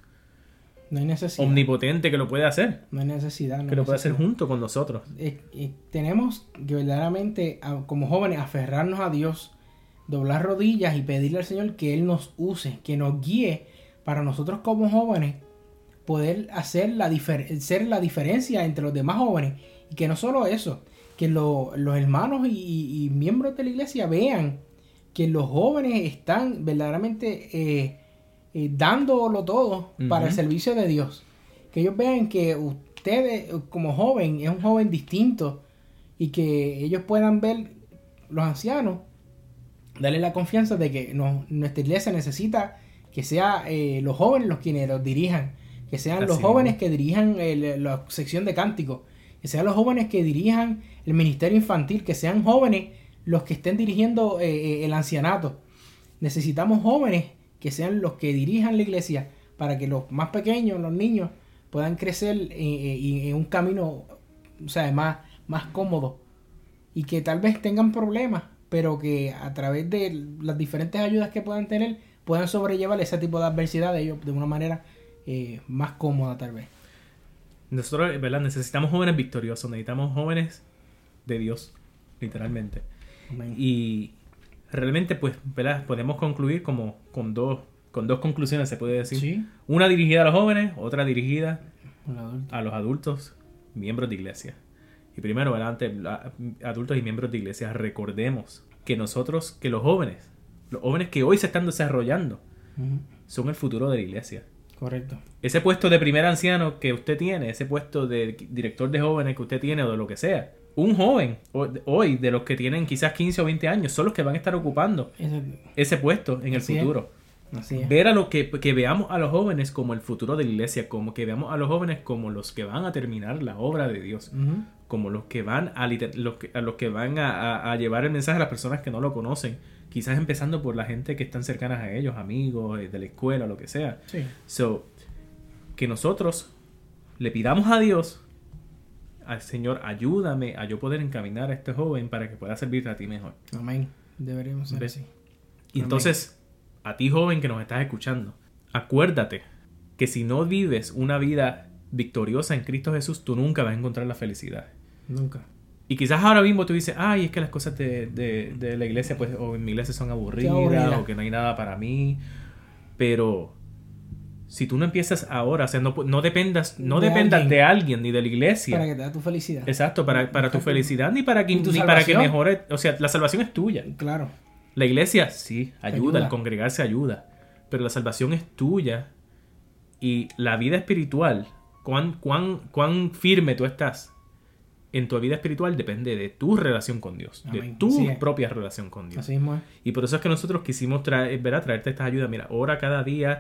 No hay necesidad. omnipotente que lo puede hacer, No hay necesidad. No que hay lo puede hacer necesidad. junto con nosotros? Eh, eh, tenemos que verdaderamente, a- como jóvenes, aferrarnos a Dios, doblar rodillas y pedirle al Señor que Él nos use, que nos guíe para nosotros como jóvenes poder hacer la difer- ser la diferencia entre los demás jóvenes. Y que no solo eso, que lo- los hermanos y, y- y miembros de la iglesia vean que los jóvenes están verdaderamente eh, eh, dándolo todo Ujú. para el servicio de Dios. Que ellos vean que ustedes como joven es un joven distinto y que ellos puedan ver los ancianos darle la confianza de que no, nuestra iglesia necesita que sean eh, los jóvenes los quienes los dirijan, que sean Así los jóvenes es. que dirijan el, la sección de cánticos, que sean los jóvenes que dirijan el ministerio infantil, que sean jóvenes los que estén dirigiendo eh, el ancianato. Necesitamos jóvenes que sean los que dirijan la iglesia para que los más pequeños, los niños, puedan crecer en, en, en un camino, o sea, más, más cómodo, y que tal vez tengan problemas, pero que a través de las diferentes ayudas que puedan tener, puedan sobrellevar ese tipo de adversidad de ellos de una manera eh, más cómoda tal vez. Nosotros, ¿verdad? Necesitamos jóvenes victoriosos, necesitamos jóvenes de Dios, literalmente. Amén. Y realmente, pues, ¿verdad? Podemos concluir como con dos, con dos conclusiones, se puede decir. ¿Sí? Una dirigida a los jóvenes, otra dirigida a los adultos, miembros de iglesia. Y primero, ¿verdad? Ante adultos y miembros de iglesia, recordemos que nosotros, que los jóvenes, los jóvenes que hoy se están desarrollando, uh-huh. son el futuro de la iglesia. Correcto. Ese puesto de primer anciano que usted tiene, ese puesto de director de jóvenes que usted tiene o de lo que sea, un joven hoy de los que tienen quizás quince o veinte años son los que van a estar ocupando ese, ese puesto en el Así futuro. Es. Así es. Ver a lo que, que veamos a los jóvenes como el futuro de la iglesia, como que veamos a los jóvenes como los que van a terminar la obra de Dios, uh-huh. como los que van a, los que, a los que van a, a, a llevar el mensaje a las personas que no lo conocen, quizás empezando por la gente que están cercanas a ellos, amigos de la escuela, lo que sea. Sí. So, que nosotros le pidamos a Dios, al Señor, ayúdame a yo poder encaminar a este joven para que pueda servirte a ti mejor. Amén. Deberíamos ser así. Y entonces, a ti joven que nos estás escuchando, acuérdate que si no vives una vida victoriosa en Cristo Jesús, tú nunca vas a encontrar la felicidad. Nunca. Y quizás ahora mismo tú dices, ay, es que las cosas de, de, de la iglesia, pues, o en mi iglesia son aburridas, aburrida. o que no hay nada para mí. Pero si tú no empiezas ahora, o sea, no, no dependas, no de dependas alguien, de alguien ni de la iglesia. Para que te da tu felicidad. Exacto, para, para tu felicidad, ni para que, ni para que mejore. O sea, la salvación es tuya. Claro. La iglesia, sí, ayuda, ayuda. El congregarse ayuda. Pero la salvación es tuya. Y la vida espiritual, cuán, cuán, cuán firme tú estás en tu vida espiritual depende de tu relación con Dios. Amén. De tu propia relación con Dios. Así mismo es. Y por eso es que nosotros quisimos traer, ¿verdad? traerte esta ayuda. Mira, ora cada día,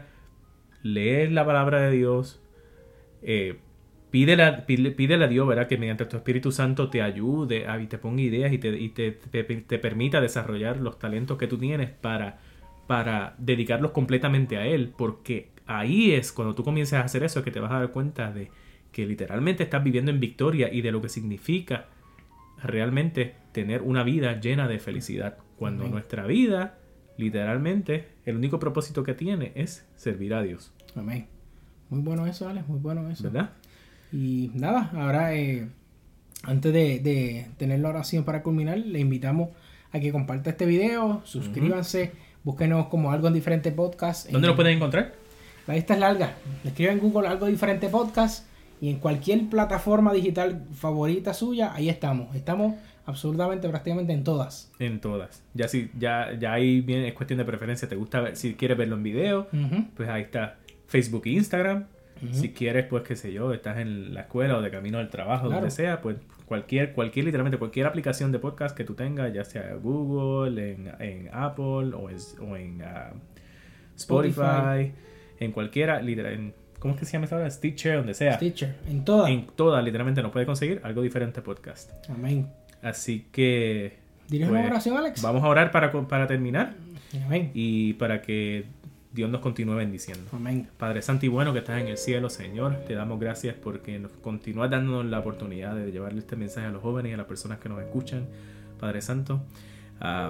lee la palabra de Dios, eh, pídele, pídele, pídele a Dios, ¿verdad? Que mediante tu Espíritu Santo te ayude a, y te ponga ideas y, te, y te, te, te permita desarrollar los talentos que tú tienes para, para dedicarlos completamente a Él. Porque ahí es cuando tú comienzas a hacer eso, es que te vas a dar cuenta de que literalmente estás viviendo en victoria y de lo que significa realmente tener una vida llena de felicidad. Cuando Amén. Nuestra vida, literalmente, el único propósito que tiene es servir a Dios. Amén. Muy bueno eso, Alex, muy bueno eso. ¿Verdad? Y nada, ahora eh, antes de, de tener la oración para culminar, le invitamos a que comparta este video, suscríbanse, uh-huh. búsquenos como Algo Diferente Podcast. ¿Dónde eh, lo pueden encontrar? La lista es larga. Escriban en Google Algo Diferente Podcast y en cualquier plataforma digital favorita suya, ahí estamos. Estamos absolutamente, prácticamente en todas. En todas. Ya si, ya, ya ahí viene, es cuestión de preferencia. Te gusta ver, si quieres verlo en video, uh-huh. pues ahí está Facebook e Instagram. Uh-huh. Si quieres, pues qué sé yo, estás en la escuela o de camino al trabajo, claro. donde sea, pues cualquier, cualquier, literalmente cualquier aplicación de podcast que tú tengas, ya sea Google, en, en Apple o en, o en uh, Spotify, Spotify, en cualquiera, literal, en, ¿cómo es que se llama esa hora? Stitcher, donde sea. Stitcher, en todas. En todas, literalmente nos puede conseguir Algo Diferente Podcast. Amén. Así que... ¿Dirige pues, una oración, Alex? Vamos a orar para, para terminar. Amén. Y para que Dios nos continúe bendiciendo. Amén. Padre Santo y bueno que estás en el cielo, Señor, te damos gracias porque nos continúas dándonos la oportunidad de llevarle este mensaje a los jóvenes y a las personas que nos escuchan. Padre Santo, uh,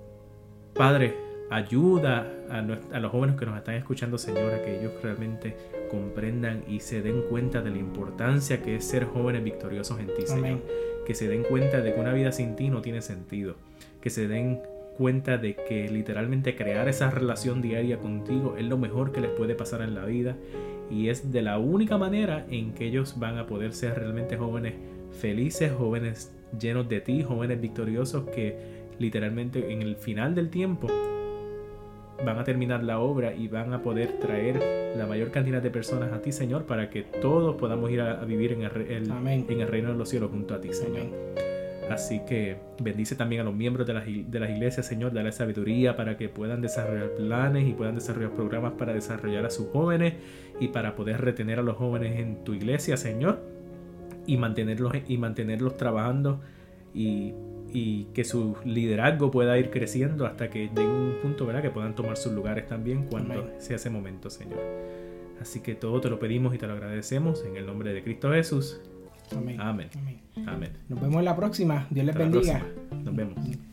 Padre, ayuda a, nuestra, a los jóvenes que nos están escuchando, Señor, a que ellos realmente comprendan y se den cuenta de la importancia que es ser jóvenes victoriosos en ti, Señor. Amén. Que se den cuenta de que una vida sin ti no tiene sentido. Que se den cuenta de que literalmente crear esa relación diaria contigo es lo mejor que les puede pasar en la vida. Y es de la única manera en que ellos van a poder ser realmente jóvenes felices, jóvenes llenos de ti, jóvenes victoriosos que literalmente en el final del tiempo van a terminar la obra y van a poder traer la mayor cantidad de personas a ti, Señor, para que todos podamos ir a, a vivir en el, el, en el reino de los cielos junto a ti, Señor. Amén. Así que bendice también a los miembros de las, de las iglesias, Señor, dale sabiduría para que puedan desarrollar planes y puedan desarrollar programas para desarrollar a sus jóvenes y para poder retener a los jóvenes en tu iglesia, Señor, y mantenerlos, y mantenerlos trabajando y, y que su liderazgo pueda ir creciendo hasta que llegue un punto, ¿verdad?, que puedan tomar sus lugares también cuando Amén. Sea ese momento, Señor. Así que todo te lo pedimos y te lo agradecemos en el nombre de Cristo Jesús. Amén. Amén. Amén. Amén. Nos vemos en la próxima. Dios les Hasta bendiga. Nos vemos.